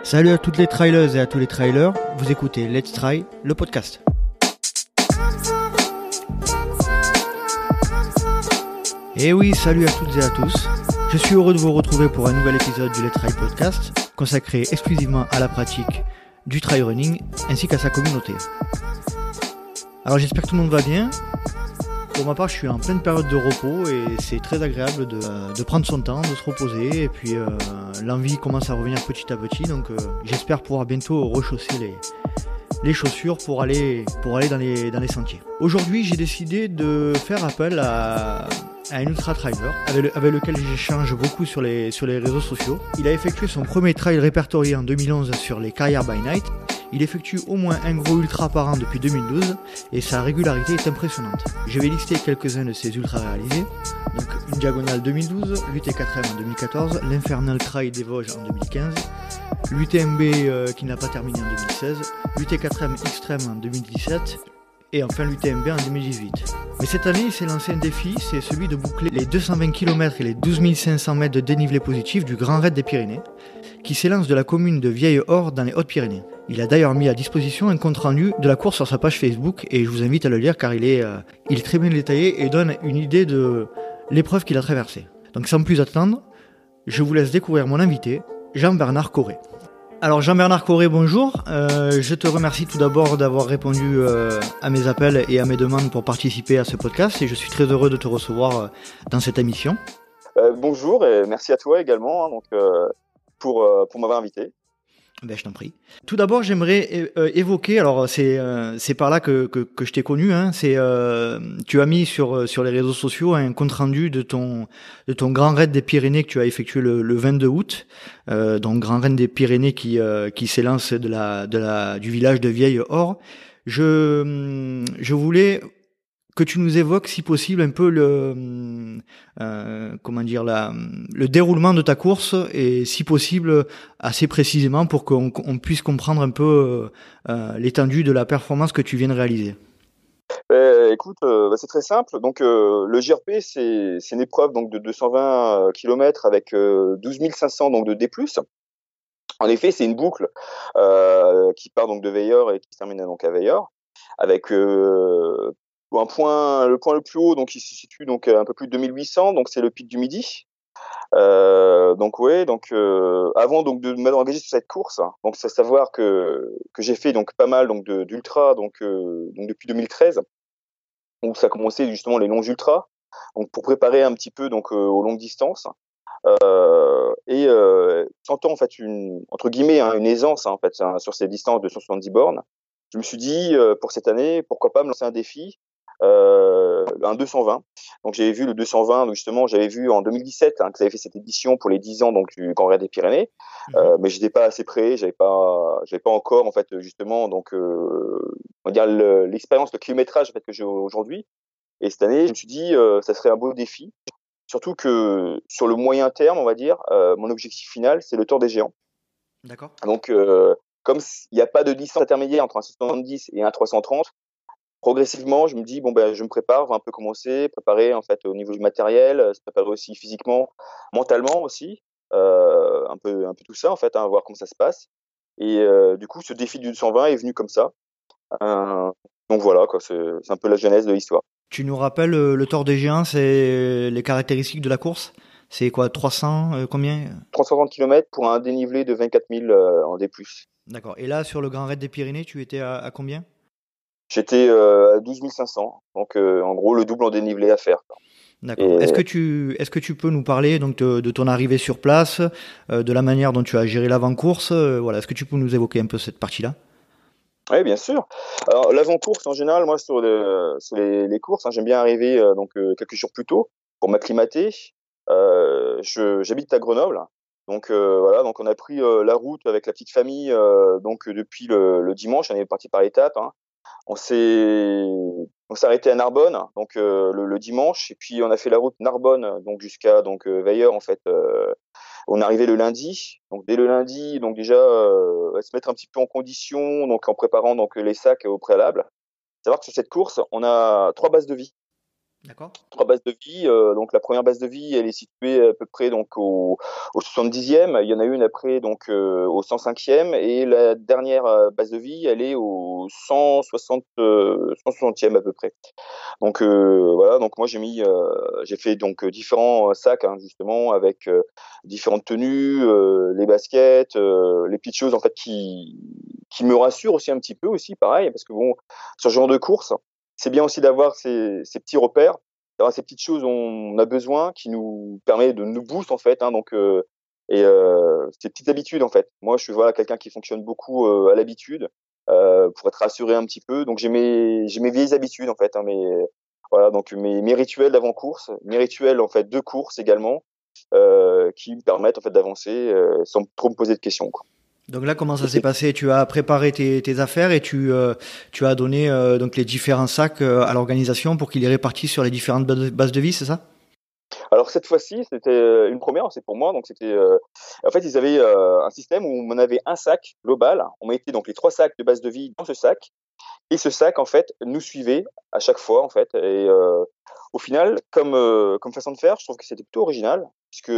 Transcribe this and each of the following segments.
Salut à toutes les trailers et à tous les trailers, vous écoutez Let's Try, le podcast. Et oui, salut à toutes et à tous. Je suis heureux de vous retrouver pour un nouvel épisode du Let's Try podcast, consacré exclusivement à la pratique du trail running ainsi qu'à sa communauté. Alors j'espère que tout le monde va bien. Pour ma part, je suis en pleine période de repos et c'est très agréable de prendre son temps, de se reposer. Et puis l'envie commence à revenir petit à petit, donc j'espère pouvoir bientôt rechausser les chaussures pour aller dans les sentiers. Aujourd'hui, j'ai décidé de faire appel à un ultra trailer avec lequel j'échange beaucoup sur les réseaux sociaux. Il a effectué son premier trail répertorié en 2011 sur les Carrières by Night. Il effectue au moins un gros ultra par an depuis 2012 et sa régularité est impressionnante. Je vais lister quelques-uns de ses ultras réalisés. Donc une diagonale 2012, l'UT4M en 2014, l'Infernal Trail des Vosges en 2015, l'UTMB qui n'a pas terminé en 2016, l'UT4M Extreme en 2017 et enfin l'UTMB en 2018. Mais cette année, il s'est lancé un défi, c'est celui de boucler les 220 km et les 12 500 mètres de dénivelé positif du Grand Raid des Pyrénées, qui s'élance de la commune de Vieille-Horde dans les Hautes-Pyrénées. Il a d'ailleurs mis à disposition un compte-rendu de la course sur sa page Facebook et je vous invite à le lire car il est très bien détaillé et donne une idée de l'épreuve qu'il a traversée. Donc sans plus attendre, je vous laisse découvrir mon invité, Jean-Bernard Corré. Alors Jean-Bernard Corré, bonjour. Je te remercie tout d'abord d'avoir répondu à mes appels et à mes demandes pour participer à ce podcast et je suis très heureux de te recevoir dans cette émission. Bonjour et merci à toi également pour m'avoir invité. Ben, je t'en prie. Tout d'abord, j'aimerais évoquer, alors c'est par là que je t'ai connu, hein, tu as mis sur les réseaux sociaux un compte rendu de ton Grand Raid des Pyrénées que tu as effectué le 22 août, donc Grand Raid des Pyrénées qui s'élance du village de Vieille-Horde. Je voulais que tu nous évoques, si possible, un peu le déroulement de ta course et, si possible, assez précisément pour qu'on puisse comprendre un peu l'étendue de la performance que tu viens de réaliser. Écoute, c'est très simple. Donc, le JRP, c'est une épreuve donc de 220 km avec 12 500 donc de D+. En effet, c'est une boucle qui part donc de Veilleur et qui se termine donc à Veilleur, avec le point le plus haut, donc il se situe donc un peu plus de 2800, donc c'est le pic du Midi. Avant donc de m'engager sur cette course, donc c'est à savoir que j'ai fait donc pas mal donc d'ultra donc depuis 2013, où ça a commencé justement les longs ultras, donc pour préparer un petit peu donc aux longues distances. Sentant en fait entre guillemets une aisance en fait sur ces distances de 170 bornes, je me suis dit pour cette année pourquoi pas me lancer un défi. Un 220. Donc j'avais vu le 220, donc justement j'avais vu en 2017 que vous avez fait cette édition pour les 10 ans donc du Grand Raid des Pyrénées, mais j'étais pas assez prêt, j'avais pas encore en fait justement donc on va dire l'expérience, le kilométrage en fait que j'ai aujourd'hui. Et cette année je me suis dit ça serait un beau défi, surtout que sur le moyen terme on va dire mon objectif final c'est le Tour des Géants. D'accord. Donc comme il n'y a pas de distance intermédiaire entre un 170 et un 330, progressivement, je me dis je me prépare, on va un peu préparer en fait au niveau du matériel, se préparer aussi physiquement, mentalement aussi, un peu tout ça en fait, voir comment ça se passe. Et du coup, ce défi du 220 est venu comme ça. Donc voilà quoi, c'est un peu la genèse de l'histoire. Tu nous rappelles le Tour des Géants, c'est les caractéristiques de la course? C'est quoi, 300 combien? 330 km pour un dénivelé de 24 000 en D+. D'accord. Et là, sur le Grand Raid des Pyrénées, tu étais à combien? J'étais à 12 500, donc en gros le double en dénivelé à faire. D'accord. Et... Est-ce que tu peux nous parler donc de ton arrivée sur place, de la manière dont tu as géré l'avant-course, voilà, est-ce que tu peux nous évoquer un peu cette partie-là? Oui, bien sûr. Alors l'avant-course en général, moi sur les courses, j'aime bien arriver quelques jours plus tôt pour m'acclimater. J'habite à Grenoble, donc voilà, donc on a pris la route avec la petite famille donc depuis le dimanche, on est parti par étapes. On s'est arrêté à Narbonne donc le dimanche, et puis on a fait la route Narbonne donc jusqu'à donc Veilleur en fait. On est arrivé le lundi, donc dès le lundi, donc déjà se mettre un petit peu en condition, donc en préparant donc les sacs au préalable. Savoir que sur cette course, on a 3 bases de vie. D'accord. 3 bases de vie. Donc la première base de vie, elle est située à peu près donc au 70e. Il y en a une après donc au 105e et la dernière base de vie, elle est au 160 160e à peu près. Donc voilà, donc moi j'ai fait donc différents sacs hein, justement avec différentes tenues, les baskets, les petites choses en fait qui me rassurent aussi un petit peu aussi pareil parce que bon sur ce genre de course, c'est bien aussi d'avoir ces petits repères, d'avoir ces petites choses dont on a besoin qui nous permet de nous booster en fait hein, donc ces petites habitudes en fait. Moi je suis voilà quelqu'un qui fonctionne beaucoup à l'habitude pour être rassuré un petit peu. Donc j'ai mes vieilles habitudes en fait hein, voilà, donc mes rituels d'avant-course, mes rituels en fait de course également, qui me permettent en fait d'avancer sans trop me poser de questions, quoi. Donc là, comment Et ça s'est c'est- passé? Tu as préparé tes affaires et tu as donné donc les différents sacs à l'organisation pour qu'ils les répartissent sur les différentes bases de vie, c'est ça? Alors cette fois-ci, c'était une première, c'est pour moi. Donc c'était, en fait, ils avaient un système où on avait un sac global. On mettait donc les 3 sacs de base de vie dans ce sac, et ce sac en fait nous suivait à chaque fois en fait. Et au final, comme façon de faire, je trouve que c'était plutôt original puisque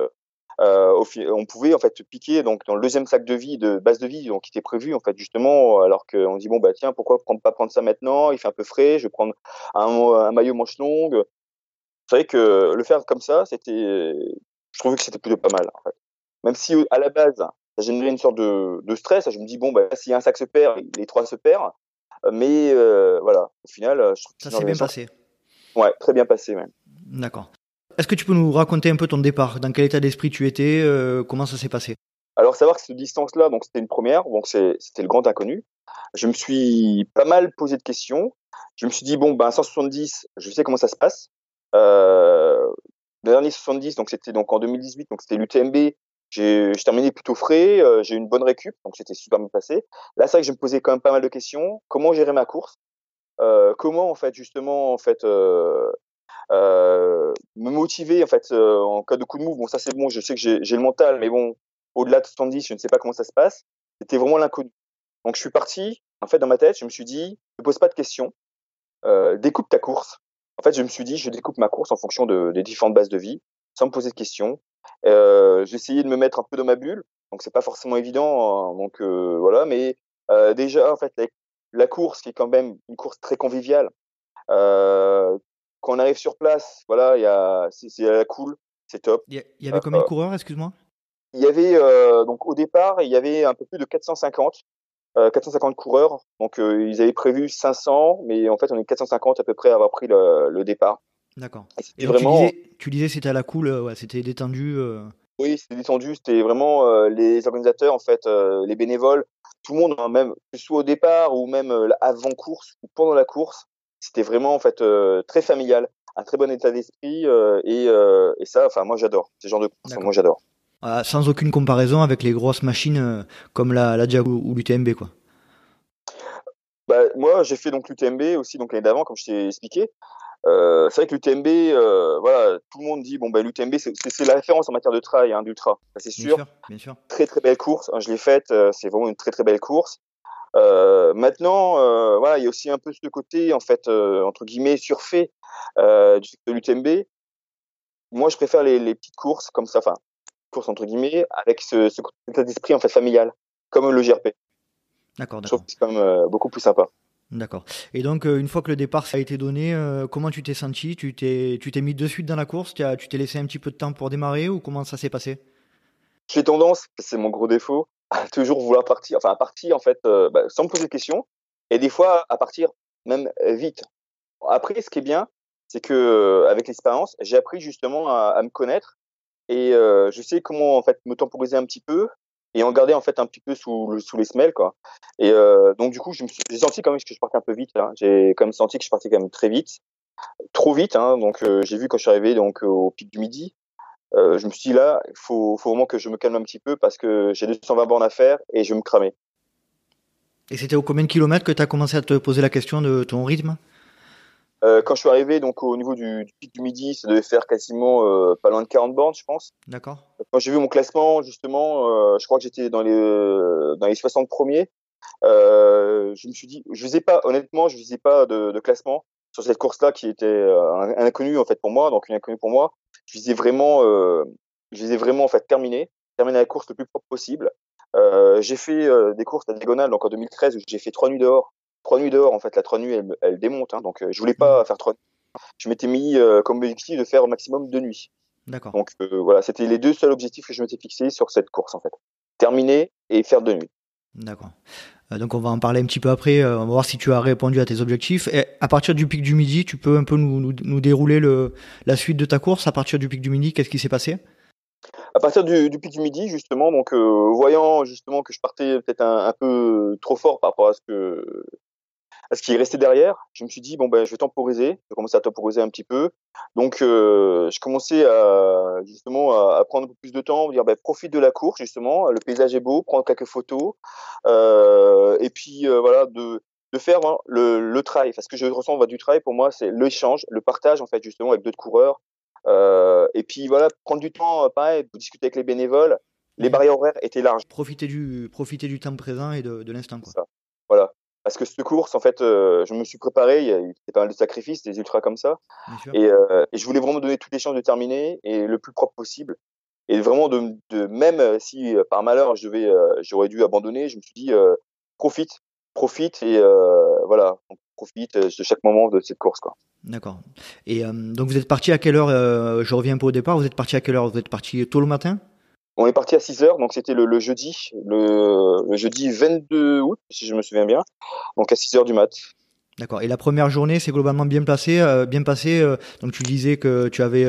on pouvait en fait piquer donc dans le deuxième sac de vie de base de vie donc qui était prévu en fait justement alors qu'on dit bon bah tiens pourquoi pas prendre ça maintenant, il fait un peu frais, je vais prendre un maillot manche longue. C'est vrai que le faire comme ça je trouvais que c'était plutôt pas mal en fait. Même si à la base ça générait une sorte de stress, je me dis bon bah si un sac se perd, les 3 se perdent. Mais voilà, au final, je trouve que Ça c'est une s'est bien organisation passé. ouais, très bien passée même. D'accord. Est-ce que tu peux nous raconter un peu ton départ? Dans quel état d'esprit tu étais? Comment ça s'est passé? Alors savoir que cette distance-là, donc c'était une première, donc c'était le grand inconnu. Je me suis pas mal posé de questions. Je me suis dit bon ben 170, je sais comment ça se passe. Le dernier 70, donc c'était donc en 2018, donc c'était l'UTMB. J'ai terminé plutôt frais, j'ai eu une bonne récup, donc c'était super bien passé. Là, c'est vrai que je me posais quand même pas mal de questions. Comment gérer ma course? Comment en fait justement en fait me motiver en fait en cas de coup de mou. Bon, ça c'est bon, je sais que j'ai le mental, mais bon, au-delà de 70, je ne sais pas comment ça se passe. C'était vraiment l'inconnu. Donc je suis parti, en fait, dans ma tête, je me suis dit, ne pose pas de questions, découpe ta course. En fait, je me suis dit, je découpe ma course en fonction des différentes bases de vie, sans me poser de questions. J'ai essayé de me mettre un peu dans ma bulle, donc c'est pas forcément évident. Hein, donc voilà, mais déjà, en fait, la course, qui est quand même une course très conviviale, euh, quand on arrive sur place, voilà, c'est à la cool, c'est top. Il y avait combien de coureurs, excuse-moi? Il y avait donc au départ, il y avait un peu plus de 450 coureurs. Donc ils avaient prévu 500, mais en fait on est 450 à peu près à avoir pris le départ. D'accord. Et Et c'était donc vraiment, tu disais c'était à la cool, ouais, c'était détendu. oui, c'était détendu, c'était vraiment les organisateurs en fait, les bénévoles, tout le monde, hein, même que ce soit au départ ou même avant course ou pendant la course, c'était vraiment en fait très familial, un très bon état d'esprit et ça, enfin moi j'adore ce genre de course, moi D'accord. j'adore. Sans aucune comparaison avec les grosses machines comme la Diago ou l'UTMB, quoi. Bah, moi j'ai fait donc l'UTMB aussi donc l'année d'avant comme je t'ai expliqué. C'est vrai que l'UTMB, voilà, tout le monde dit bon bah l'UTMB c'est la référence en matière de trail, hein, d'ultra, ça c'est Bien sûr. sûr, bien sûr. Très très belle course, hein, je l'ai faite, c'est vraiment une très très belle course. Maintenant, voilà, il y a aussi un peu ce côté en fait entre guillemets surfait de l'UTMB. Moi, je préfère les petites courses comme ça, enfin courses entre guillemets, avec ce état d'esprit en fait familial, comme le GRP. D'accord, Je trouve d'accord. que c'est quand même beaucoup plus sympa. D'accord. Et donc, une fois que le départ ça a été donné, comment tu t'es senti? Tu t'es mis de suite dans la course? Tu t'es laissé un petit peu de temps pour démarrer ou comment ça s'est passé? J'ai tendance, c'est mon gros défaut, à toujours vouloir partir, enfin à partir en fait bah, sans me poser de questions, et des fois à partir même vite. Après, ce qui est bien, c'est que avec l'expérience, j'ai appris justement à me connaître et je sais comment en fait me temporiser un petit peu et en garder en fait un petit peu sous les semelles quoi. Et donc du coup, j'ai senti quand même que je partais un peu vite. Hein. J'ai quand même senti que je partais quand même très vite, trop vite. Hein. Donc j'ai vu quand je suis arrivé donc au pic du midi. Je me suis dit là, il faut vraiment que je me calme un petit peu parce que j'ai 220 bornes à faire et je vais me cramer. Et c'était au combien de kilomètres que tu as commencé à te poser la question de ton rythme? Quand je suis arrivé donc au niveau du pic du midi, ça devait faire quasiment pas loin de 40 bornes, je pense. D'accord? Quand j'ai vu mon classement, justement, je crois que j'étais dans les 60 premiers. Je me suis dit, je faisais pas, honnêtement, je faisais pas de classement. sur cette course-là qui était un inconnu en fait pour moi, donc une inconnue pour moi. Je visais vraiment en fait terminer la course le plus propre possible. J'ai fait des courses à diagonale, donc en 2013 où j'ai fait 3 nuits dehors. 3 nuits dehors, en fait, la 3 nuits, elle démonte, hein, donc je voulais pas faire 3 nuits. Je m'étais mis comme objectif de faire au maximum 2 nuits. D'accord. Donc voilà, c'était les deux seuls objectifs que je m'étais fixés sur cette course en fait. Terminer et faire 2 nuits. D'accord. Donc on va en parler un petit peu après, on va voir si tu as répondu à tes objectifs. Et à partir du pic du midi, tu peux un peu nous dérouler la suite de ta course. À partir du pic du midi, qu'est-ce qui s'est passé? À partir du pic du midi, justement, donc voyant justement que je partais peut-être un peu trop fort par rapport à ce qui est resté derrière, je me suis dit bon ben je vais temporiser, je vais commencer à temporiser un petit peu. Donc je commençais à justement à prendre un peu plus de temps, dire ben profite de la course justement, le paysage est beau, prendre quelques photos, et puis voilà de faire hein, le trail. Parce que je ressens du trail pour moi c'est l'échange, le partage en fait justement avec d'autres coureurs. Et puis voilà prendre du temps, pareil, pour discuter avec les bénévoles. Les barrières horaires étaient larges. Profiter du temps présent et de l'instant, quoi. Ça. Voilà. Parce que cette course, en fait, je me suis préparé, il y a eu pas mal de sacrifices, des ultras comme ça. Bien sûr. Et je voulais vraiment donner toutes les chances de terminer et le plus propre possible. Et vraiment, même si par malheur j'aurais dû abandonner, je me suis dit, profite, profite et voilà, profite de chaque moment de cette course, quoi. D'accord. Et donc vous êtes parti à quelle heure? Je reviens un peu au départ. Vous êtes parti à quelle heure? Vous êtes parti tôt le matin? On est parti à 6 heures, donc c'était le jeudi, le jeudi 22 août, si je me souviens bien, donc à 6 heures du mat. D'accord. Et la première journée s'est globalement bien passée. Donc tu disais que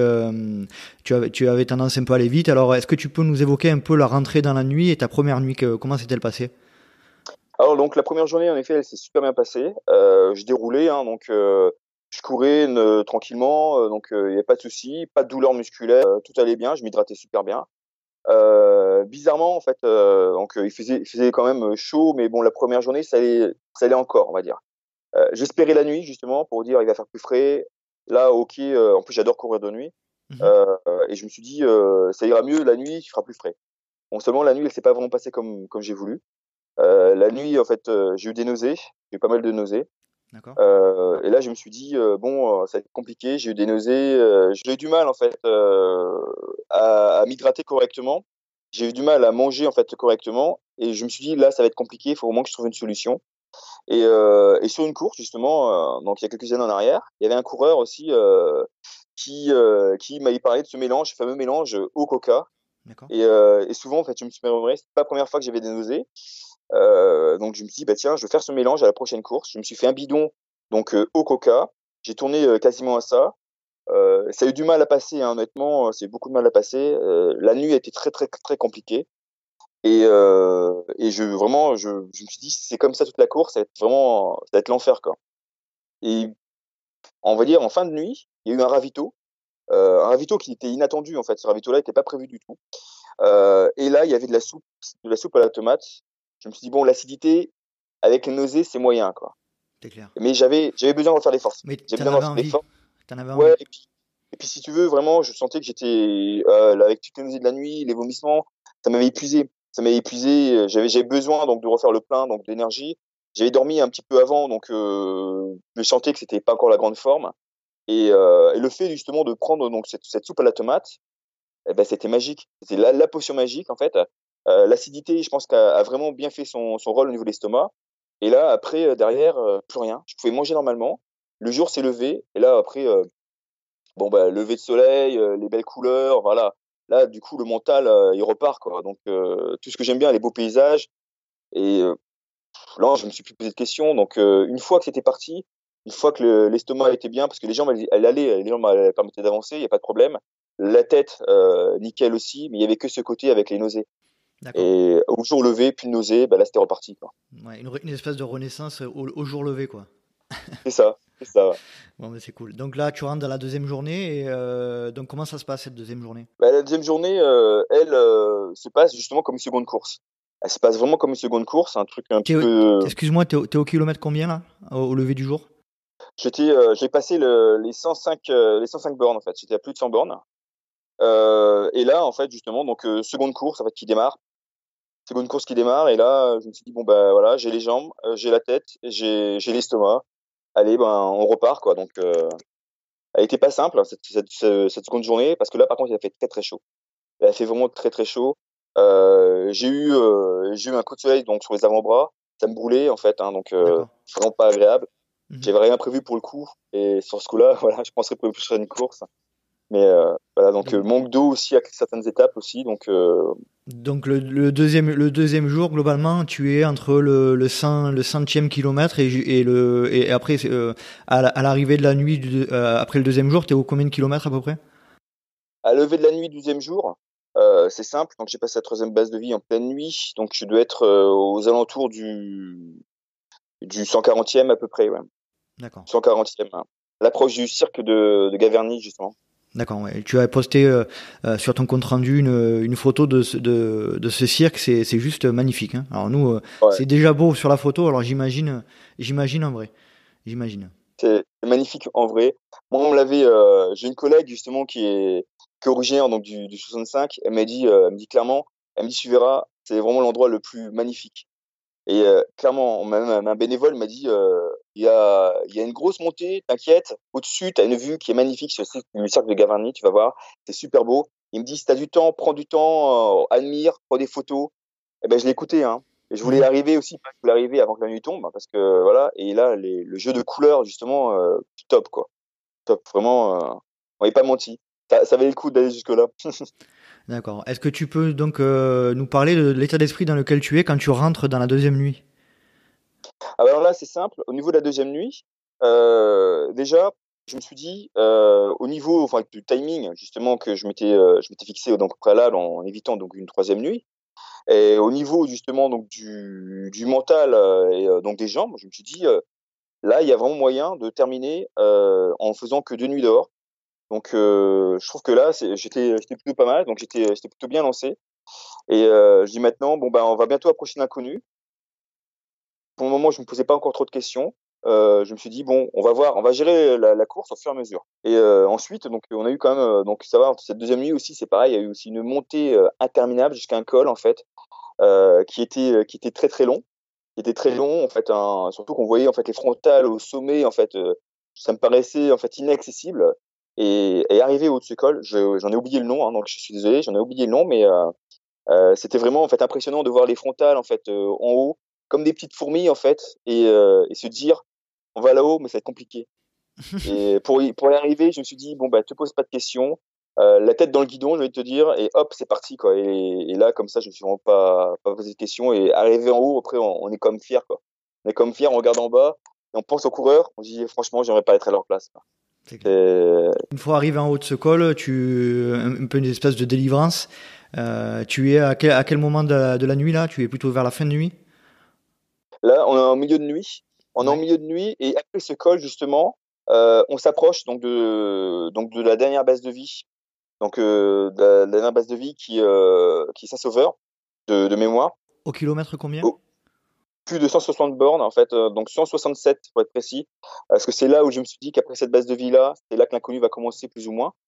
tu avais tendance un peu à aller vite. Alors est-ce que tu peux nous évoquer un peu la rentrée dans la nuit et ta première nuit, comment s'est-elle passée? Alors donc la première journée en effet elle s'est super bien passée. Je déroulais hein, donc je courais tranquillement donc il y a pas de souci, pas de douleur musculaire, tout allait bien, je m'hydratais super bien. Bizarrement en fait donc il faisait quand même chaud mais bon la première journée ça allait encore on va dire. J'espérais la nuit justement pour dire il va faire plus frais. Là OK en plus j'adore courir de nuit. Mhm. Et je me suis dit ça ira mieux la nuit, il fera plus frais. Bon seulement la nuit elle s'est pas vraiment passée comme j'ai voulu. La nuit, en fait, j'ai eu des nausées, j'ai eu pas mal de nausées. D'accord. Et là, je me suis dit bon, ça va être compliqué. J'ai eu des nausées. J'ai eu du mal en fait à m'hydrater correctement. J'ai eu du mal à manger en fait correctement. Et je me suis dit là, ça va être compliqué. Il faut vraiment que je trouve une solution. Et sur une course justement, donc il y a quelques années en arrière, il y avait un coureur aussi qui m'avait parlé de ce mélange, ce fameux mélange eau coca. D'accord. Et souvent en fait, je me suis mémoré. C'est pas la première fois que j'avais des nausées. Donc je me suis dit bah tiens je vais faire ce mélange à la prochaine course. Je me suis fait un bidon donc au coca. J'ai tourné quasiment à ça. Ça a eu du mal à passer hein, honnêtement. C'est beaucoup de mal à passer. La nuit a été très très très compliquée. Et je me suis dit si c'est comme ça toute la course ça va être l'enfer quoi. Et on va dire en fin de nuit il y a eu un ravito qui était inattendu en fait. Ce ravito là n'était pas prévu du tout. Et là il y avait de la soupe à la tomate. Je me suis dit bon l'acidité avec les nausées, c'est moyen, quoi. C'est clair. Mais j'avais besoin de refaire des forces. Mais J'avais t'en besoin de avais refaire des envie. forces. T'en avais Ouais, envie. et puis si tu veux, vraiment, je sentais que j'étais, là, avec toutes les nausées de la nuit, les vomissements, ça m'avait épuisé. Ça m'avait épuisé. J'avais besoin, donc, de refaire le plein, donc, d'énergie. J'avais dormi un petit peu avant, donc, je sentais que c'était pas encore la grande forme. Et le fait, justement, de prendre, donc, cette soupe à la tomate, eh ben, c'était magique. C'était la potion magique, en fait. L'acidité, je pense qu'a vraiment bien fait son rôle au niveau de l'estomac. Et là, après, derrière, plus rien. Je pouvais manger normalement. Le jour s'est levé. Et là, après, bon, bah, lever de soleil, les belles couleurs, voilà. Là, du coup, le mental, il repart, quoi. Donc, tout ce que j'aime bien, les beaux paysages. Et là, je me suis plus posé de questions. Donc, une fois que c'était parti, une fois que l'estomac était bien, parce que les jambes, les jambes, elles permettaient d'avancer, il n'y a pas de problème. La tête, nickel aussi, mais il y avait que ce côté avec les nausées. D'accord. Et au jour levé, plus de nausées, bah là, c'était reparti, quoi. Ouais, une espèce de renaissance au jour levé, quoi. C'est ça, ouais. Bon, mais c'est cool. Donc là, tu rentres dans la deuxième journée. Et donc, comment ça se passe cette deuxième journée? Bah, la deuxième journée, elle, se passe justement comme une seconde course. Elle se passe vraiment comme une seconde course, un truc un petit peu. Excuse-moi, t'es au kilomètre combien là? Au lever du jour? J'ai passé les 105 bornes en fait. J'étais à plus de 100 bornes. Et là, en fait, justement, donc seconde course en fait qui démarre. Seconde course qui démarre. Et là, je me suis dit bon bah voilà, j'ai les jambes, j'ai la tête, j'ai l'estomac. allez, ben on repart quoi. Donc elle était pas simple, hein, cette seconde journée, parce que là par contre il a fait très très chaud. Il a fait vraiment très très chaud. J'ai eu un coup de soleil donc sur les avant-bras, ça me brûlait en fait, hein, donc D'accord. vraiment pas agréable. Mhm. J'avais rien prévu pour le coup, et sur ce coup-là, voilà, je penserais plus sur une course. Mais voilà, donc Donc, manque d'eau aussi à certaines étapes aussi, donc donc le deuxième jour, globalement, tu es entre le centième kilomètre et après, à l'arrivée de la nuit, après le deuxième jour, tu es au combien de kilomètres à peu près? à lever de la nuit, 12e jour, c'est simple. Donc j'ai passé la troisième base de vie en pleine nuit, donc je dois être aux alentours du 140e à peu près, ouais. D'accord. 140e, hein. L'approche du cirque de Gaverny, justement. D'accord, ouais. Tu as posté sur ton compte rendu une photo de ce cirque, c'est juste magnifique, hein. Alors nous, Ouais, c'est déjà beau sur la photo, alors j'imagine en vrai, j'imagine. c'est magnifique en vrai. Moi, on me l'avait. J'ai une collègue justement qui est originaire donc du 65. Elle me dit clairement, elle me dit tu verras, c'est vraiment l'endroit le plus magnifique. Et clairement, même un bénévole m'a dit, il y a une grosse montée, t'inquiète, au-dessus, tu as une vue qui est magnifique sur le cercle de Gavarnie, tu vas voir, c'est super beau. Il me dit, si tu as du temps, prends du temps, admire, prends des photos. Et ben, je l'ai écouté, hein. Et je voulais Mhm. arriver aussi, je voulais arriver avant que la nuit tombe, hein, parce que voilà, et là, le jeu de couleurs, justement, top, quoi. Top, vraiment, on n'est pas menti. Ça valait le coup d'aller jusque-là. D'accord. Est-ce que tu peux donc nous parler de l'état d'esprit dans lequel tu es quand tu rentres dans la deuxième nuit? Alors là, c'est simple. Au niveau de la deuxième nuit, déjà, je me suis dit, au niveau, enfin, du timing, justement, que je m'étais fixé donc au préalable en évitant donc une troisième nuit, et au niveau justement donc du mental et donc des jambes, je me suis dit, là, il y a vraiment moyen de terminer en faisant que 2 nuits dehors. Donc, je trouve que là, j'étais plutôt pas mal, donc j'étais plutôt bien lancé. Et je dis maintenant, bon ben, on va bientôt approcher l'inconnu. Pour le moment, je me posais pas encore trop de questions. Je me suis dit bon, on va voir, on va gérer la course au fur et à mesure. Et ensuite, donc on a eu quand même, donc ça va. Cette deuxième nuit aussi, c'est pareil. Il y a eu aussi une montée interminable jusqu'à un col en fait, qui était très très long, qui était très long en fait. Surtout qu'on voyait en fait les frontales au sommet en fait. Ça me paraissait en fait inaccessible. Et arrivé au haut de ce col, j'en ai oublié le nom, hein, donc je suis désolé, j'en ai oublié le nom, mais c'était vraiment en fait impressionnant de voir les frontales en fait en haut, comme des petites fourmis en fait, et se dire on va là-haut, mais ça va être compliqué. Et pour y arriver, je me suis dit bon bah te pose pas de questions, la tête dans le guidon, je vais te dire, et hop c'est parti quoi. Et là comme ça, je me suis vraiment pas posé de questions, et arrivé en haut, après on est comme fier quoi. On est comme fier, on regarde en bas et on pense aux coureurs, on se dit franchement j'aimerais pas être à leur place, quoi. C'est clair. Et Une fois arrivé en haut de ce col, un peu une espèce de délivrance. Tu es à quel moment de la nuit là? Tu es plutôt vers la fin de nuit? là on est en milieu de nuit, on est en Ouais. milieu de nuit, et après ce col justement, on s'approche donc de la dernière base de vie, donc de la dernière base de vie qui est Saint-Sauveur de mémoire. Au kilomètre combien? Au- Plus de 160 bornes en fait, donc 167 pour être précis, parce que c'est là où je me suis dit qu'après cette base de vie là, c'est là que l'inconnu va commencer plus ou moins.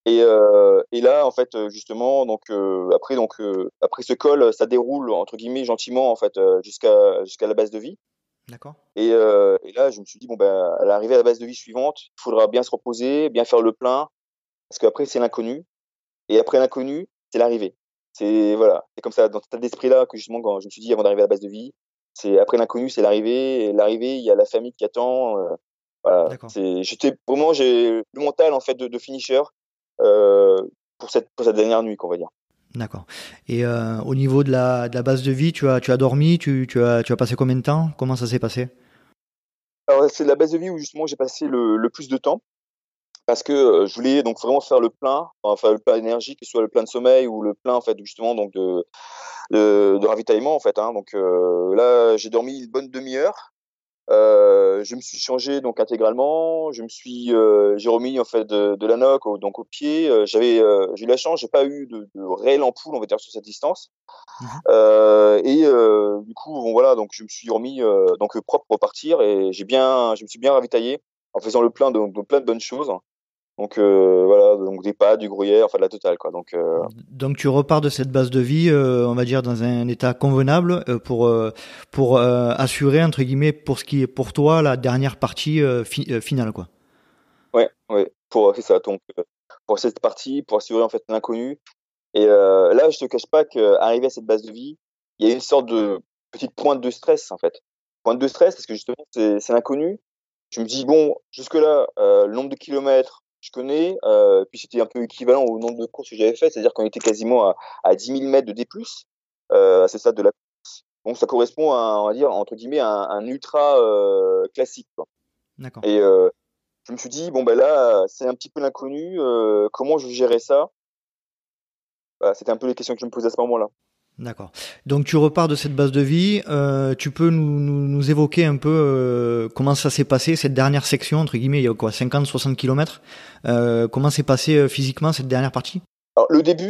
Et là en fait justement donc après ce col, ça déroule entre guillemets gentiment en fait jusqu'à la base de vie. D'accord. Et là, je me suis dit, bon, ben, à l'arrivée à la base de vie suivante, il faudra bien se reposer, bien faire le plein, parce qu'après, c'est l'inconnu. Et après l'inconnu, c'est l'arrivée. C'est, voilà, c'est comme ça, dans cet état d'esprit-là, que justement, quand je me suis dit, avant d'arriver à la base de vie, c'est après l'inconnu, c'est l'arrivée. Et l'arrivée, il y a la famille qui attend. Voilà. D'accord. J'ai le mental, en fait, de finisher, euh, pour cette dernière nuit, qu'on va dire. D'accord. Et au niveau de la base de vie, tu as dormi, tu as passé combien de temps? Comment ça s'est passé? Alors, c'est la base de vie où, justement, j'ai passé le plus de temps. Parce que je voulais donc vraiment faire le plein, enfin le plein d'énergie, que ce soit le plein de sommeil ou le plein en fait justement donc de ravitaillement en fait, hein. Donc là j'ai dormi une bonne demi-heure. Je me suis changé donc intégralement. J'ai remis en fait de la noc donc au pied. J'ai eu la chance, j'ai pas eu de réelle ampoule on va dire sur cette distance. Mhm. Et du coup bon, voilà, donc je me suis remis donc propre pour partir, et je me suis bien ravitaillé en faisant le plein de plein de bonnes choses. Donc voilà, donc des pâtes, du gruyère, enfin de la totale quoi. Donc tu repars de cette base de vie, on va dire dans un état convenable pour assurer entre guillemets pour ce qui est pour toi la dernière partie finale quoi. ouais, pour c'est ça. Donc pour cette partie, pour assurer en fait l'inconnu. Et là, je te cache pas qu'arrivé à cette base de vie, il y a une sorte de petite pointe de stress en fait. Pointe de stress parce que justement c'est l'inconnu. Je me dis bon, jusque là, le nombre de kilomètres, je connais, puis c'était un peu équivalent au nombre de courses que j'avais fait, c'est-à-dire qu'on était quasiment à 10 000 mètres de D+, à ce stade de la course. Donc ça correspond à, on va dire, entre guillemets, un ultra classique, quoi. D'accord. Et je me suis dit, bon, ben là, c'est un petit peu l'inconnu, comment je gérais ça? Voilà, c'était un peu les questions que je me posais à ce moment-là. D'accord. Donc tu repars de cette base de vie. Tu peux nous évoquer un peu comment ça s'est passé cette dernière section entre guillemets. Il y a quoi 50-60 kilomètres. Comment s'est passé physiquement cette dernière partie? Alors,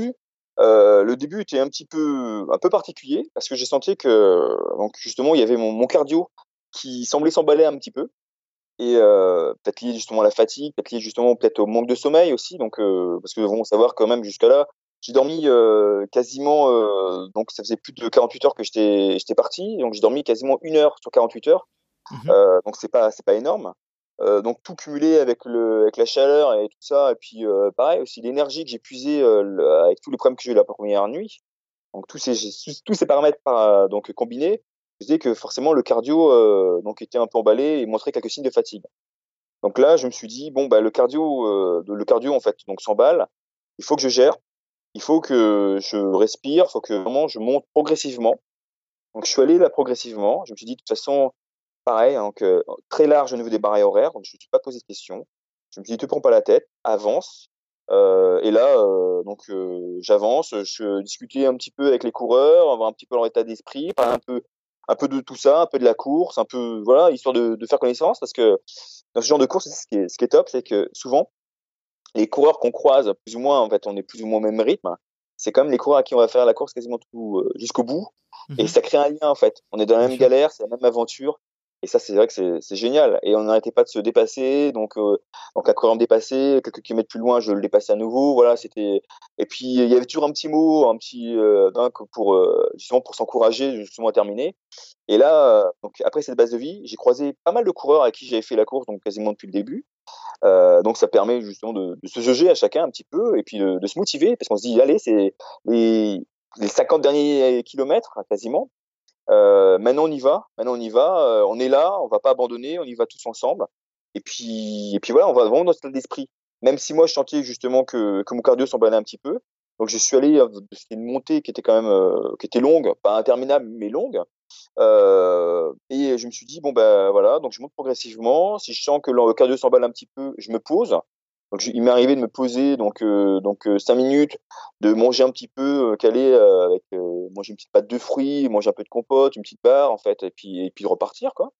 le début était un peu particulier parce que j'ai senti que, donc, justement, il y avait mon cardio qui semblait s'emballer un petit peu. Et peut-être lié justement à la fatigue, peut-être lié justement peut-être au manque de sommeil aussi. Donc parce que bon, savoir quand même jusqu'à là, j'ai dormi quasiment donc ça faisait plus de 48 heures que j'étais parti, donc j'ai dormi quasiment 1 heure sur 48 heures. Mhm. Donc c'est pas énorme. Donc tout cumulé avec la chaleur et tout ça, et puis pareil aussi l'énergie que j'ai puisée avec tous les problèmes que j'ai eu la première nuit. Donc tous ces paramètres donc combinés faisaient que forcément le cardio donc était un peu emballé et montrait quelques signes de fatigue. Donc là, je me suis dit bon bah le cardio en fait donc s'emballe. Il faut que je gère, il faut que je respire, il faut que vraiment je monte progressivement. Donc je suis allé là progressivement. Je me suis dit de toute façon pareil, hein, donc très large au niveau des barrières horaires. Donc je me suis pas posé de questions. Je me suis dit te prends pas la tête, avance. Et là donc j'avance, je discutais un petit peu avec les coureurs, voir un petit peu leur état d'esprit, parler un peu de tout ça, un peu de la course, un peu voilà histoire de faire connaissance parce que dans ce genre de course, ce qui est top, c'est que souvent, les coureurs qu'on croise, plus ou moins, en fait, on est plus ou moins au même rythme. C'est comme les coureurs à qui on va faire la course quasiment tout jusqu'au bout. Et Mhm. ça crée un lien, en fait. On est dans la Bien même sûr. galère, c'est la même aventure. Et ça, c'est vrai que c'est génial. Et on n'arrêtait pas de se dépasser. Donc à courir me dépasser, quelques kilomètres plus loin, je le dépassais à nouveau. Voilà, c'était. Et puis il y avait toujours un petit mot, un petit pour justement pour s'encourager justement à terminer. Et là, donc après cette base de vie, j'ai croisé pas mal de coureurs avec qui j'avais fait la course, donc quasiment depuis le début. Donc ça permet justement de se jauger à chacun un petit peu et puis de se motiver parce qu'on se dit allez c'est les, les 50 derniers kilomètres quasiment. Maintenant on y va, on est là, on va pas abandonner, on y va tous ensemble. Et puis voilà, on va vraiment dans cet état d'esprit. Même si moi je sentais justement que mon cardio s'emballait un petit peu, donc je suis allé, c'était une montée qui était quand même qui était longue, pas interminable mais longue. Et je me suis dit bon ben voilà, donc je monte progressivement. Si je sens que le cardio s'emballe un petit peu, je me pose. Donc il m'est arrivé de me poser 5 minutes, de manger un petit peu calé avec manger une petite pâte de fruits, manger un peu de compote, une petite barre en fait, et puis de repartir quoi.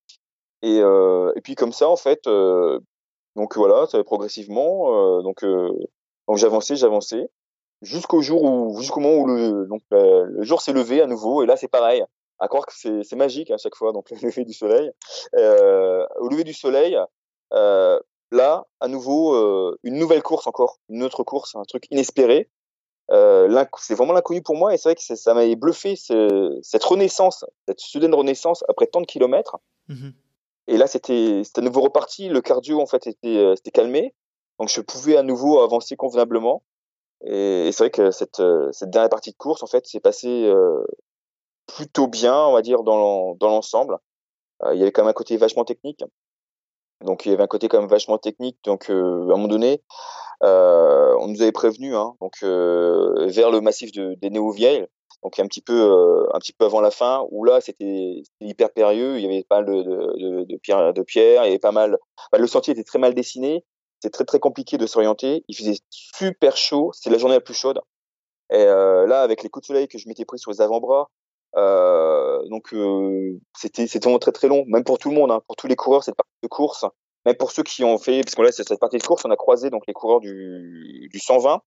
Et puis comme ça en fait, donc voilà, ça va progressivement. Donc j'avançais jusqu'au moment où le jour s'est levé à nouveau. Et là c'est pareil. À croire que c'est magique à chaque fois. Donc le lever du soleil. Au lever du soleil, euh, là à nouveau une nouvelle course encore, une autre course, un truc inespéré. C'est vraiment l'inconnu pour moi et c'est vrai que ça m'avait bluffé cette renaissance, cette soudaine renaissance après tant de kilomètres. Mhm. Et là, c'était à nouveau reparti. Le cardio, en fait, s'était calmé. Donc, je pouvais à nouveau avancer convenablement. Et c'est vrai que cette dernière partie de course, en fait, s'est passée plutôt bien, on va dire, dans l'ensemble. Il y avait quand même un côté vachement technique. Donc, il y avait un côté quand même vachement technique. Donc, à un moment donné, on nous avait prévenu, hein, donc vers le massif des Néo-Vieilles, donc un petit peu avant la fin, où là c'était hyper périlleux, il y avait pas mal de pierres, il y avait pas mal, le sentier était très mal dessiné, c'était très très compliqué de s'orienter, il faisait super chaud, c'était la journée la plus chaude, et là avec les coups de soleil que je m'étais pris sur les avant-bras, c'était vraiment très très long, même pour tout le monde, hein, pour tous les coureurs cette partie de course. Même pour ceux qui ont fait, parce que là, c'est cette partie de course, on a croisé donc les coureurs du 120,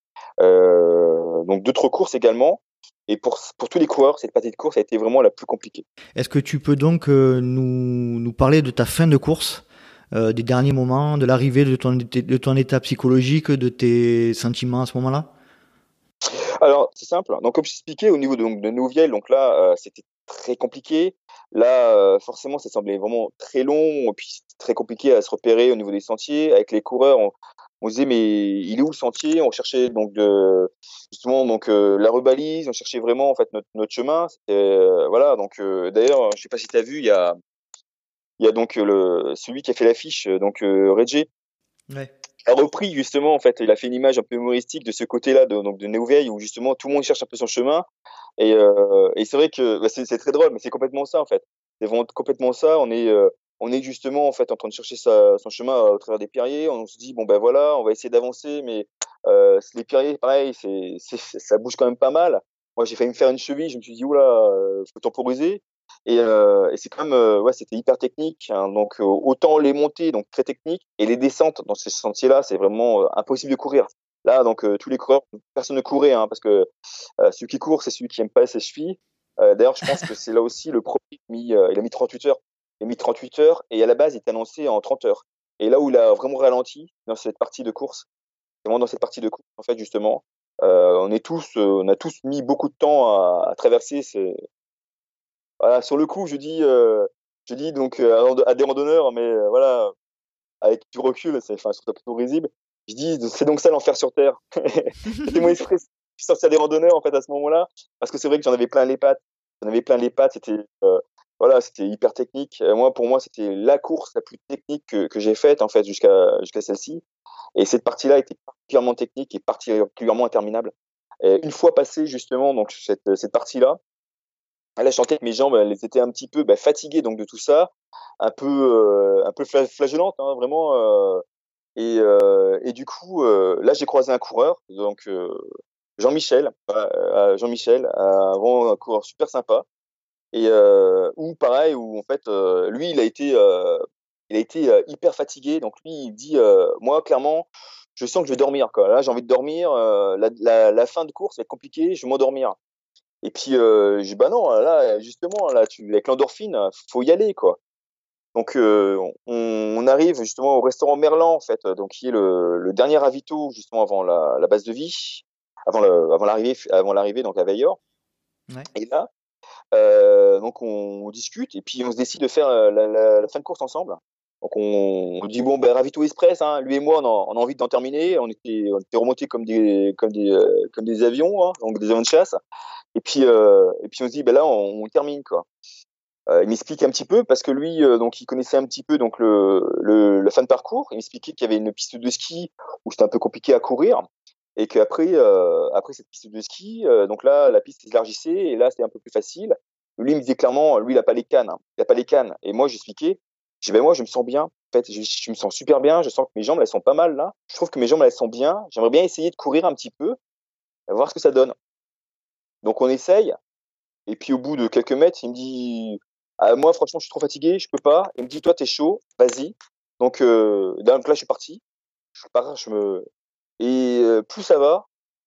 donc d'autres courses également. Et pour tous les coureurs, cette partie de course a été vraiment la plus compliquée. Est-ce que tu peux donc nous parler de ta fin de course? des derniers moments, de l'arrivée de ton état psychologique, de tes sentiments à ce moment-là? Alors, c'est simple. Donc, comme je t'expliquais, au niveau de Nouviel, donc là, c'était très compliqué. Là, forcément, ça semblait vraiment très long, et puis c'était très compliqué à se repérer au niveau des sentiers. Avec les coureurs, on se disait, mais il est où le sentier? On cherchait donc justement donc la rebalise, on cherchait vraiment en fait notre chemin. C'était, voilà. Donc, d'ailleurs, je sais pas si tu as vu, il y a donc celui qui a fait l'affiche, donc Reggie, Ouais. a repris justement en fait, il a fait une image un peu humoristique de ce côté-là donc de Neuveil où justement tout le monde cherche un peu son chemin et c'est vrai que bah, c'est très drôle mais c'est complètement ça en fait. C'est vraiment complètement ça, on est justement en fait en train de chercher son chemin au travers des pierriers, on se dit bon ben voilà, on va essayer d'avancer mais les pierriers pareil, ça bouge quand même pas mal. Moi j'ai failli me faire une cheville, je me suis dit oula, faut temporiser. Et c'est quand même, ouais, c'était hyper technique, hein, donc autant les montées, donc très techniques, et les descentes dans ces sentiers-là, c'est vraiment impossible de courir. Là, donc tous les coureurs, personne ne courait, hein, parce que celui qui court, c'est celui qui aime pas ses chevilles. D'ailleurs, je pense que c'est là aussi le premier, il a mis 38 heures. Il a mis 38 heures, et à la base, il était annoncé en 30 heures. Et là où il a vraiment ralenti, dans cette partie de course, c'est vraiment dans cette partie de course, en fait, justement, on a tous mis beaucoup de temps à traverser voilà, sur le coup, je dis donc à des randonneurs, mais voilà, avec du recul, enfin, c'est plutôt risible. Je dis, c'est donc ça l'enfer sur Terre. C'était mon esprit. Je suis sorti à des randonneurs en fait à ce moment-là, parce que c'est vrai que j'en avais plein les pattes. J'en avais plein les pattes. Voilà, c'était hyper technique. Moi, pour moi, c'était la course la plus technique que j'ai faite en fait jusqu'à celle-ci. Et cette partie-là était particulièrement technique et particulièrement interminable. Et une fois passé justement donc cette partie-là. Là, je sentais que mes jambes, elles étaient un petit peu fatiguées donc de tout ça, un peu flageolantes, hein, vraiment. Et du coup, là, j'ai croisé un coureur, donc Jean-Michel, Jean-Michel, vraiment un coureur super sympa. Et où pareil, où en fait, lui, il a été hyper fatigué. Donc lui, il dit, moi, clairement, je sens que je vais dormir, quoi. Là, j'ai envie de dormir. La fin de course va être compliquée. Je vais m'endormir. Et puis je dis bah non, là justement là avec l'endorphine, faut y aller quoi. Donc on arrive justement au restaurant Merlan en fait, donc qui est le dernier ravito justement avant la base de vie, avant l'arrivée donc à Veilleur. Ouais. Et là donc on discute et puis on se décide de faire la fin de course ensemble. Donc on dit bon ben ravito express, hein, lui et moi on a envie d'en terminer. On était remontés comme des avions, hein, donc des avions de chasse. Et puis on se dit ben là on termine quoi. Il m'explique un petit peu parce que lui donc il connaissait un petit peu donc le fin de parcours. Il m'expliquait qu'il y avait une piste de ski où c'était un peu compliqué à courir et qu'après après cette piste de ski donc là la piste s'élargissait et là c'était un peu plus facile. Lui il me disait clairement lui il a pas les cannes, hein. Il a pas les cannes et moi j'expliquais, je dis ben moi je me sens bien. En fait, je me sens super bien, je sens que mes jambes elles sont pas mal là. Je trouve que mes jambes elles sont bien. J'aimerais bien essayer de courir un petit peu, voir ce que ça donne. Donc on essaye. Et puis au bout de quelques mètres, il me dit ah, moi franchement je suis trop fatigué, je peux pas. Il me dit toi t'es chaud, vas-y. Donc là je suis parti. Je pars, et plus ça va,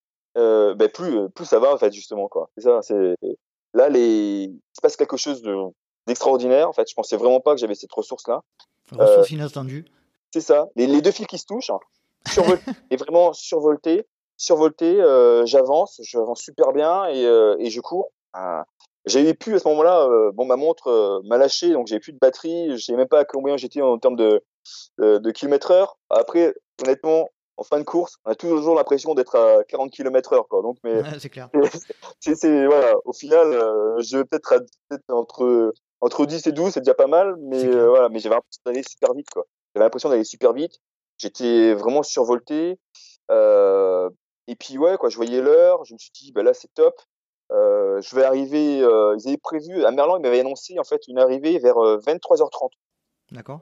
plus ça va en fait justement quoi. C'est ça. C'est là il se passe quelque chose d'extraordinaire. En fait, je pensais vraiment pas que j'avais cette ressource là. Ressource inattendue. C'est ça. Les deux fils qui se touchent, hein, survolté, et vraiment survolté. J'avance super bien et je cours. J'avais plus à ce moment-là, bon ma montre m'a lâché, donc j'avais plus de batterie, je sais même pas à combien j'étais en termes de kilomètres heure. Après, honnêtement, en fin de course, on a toujours l'impression d'être à 40 kilomètres heure, quoi. Donc, mais Ouais, c'est clair. voilà, au final, je vais peut-être entre 10 et 12, c'est déjà pas mal, mais C'est clair. voilà, mais j'avais l'impression d'aller super vite, quoi. J'avais l'impression d'aller super vite. J'étais vraiment survolté. Euh, et puis ouais, quoi, je voyais l'heure, je me suis dit, bah là c'est top. Je vais arriver. Ils avaient prévu à Merlan, ils m'avaient annoncé en fait une arrivée vers 23h30. D'accord.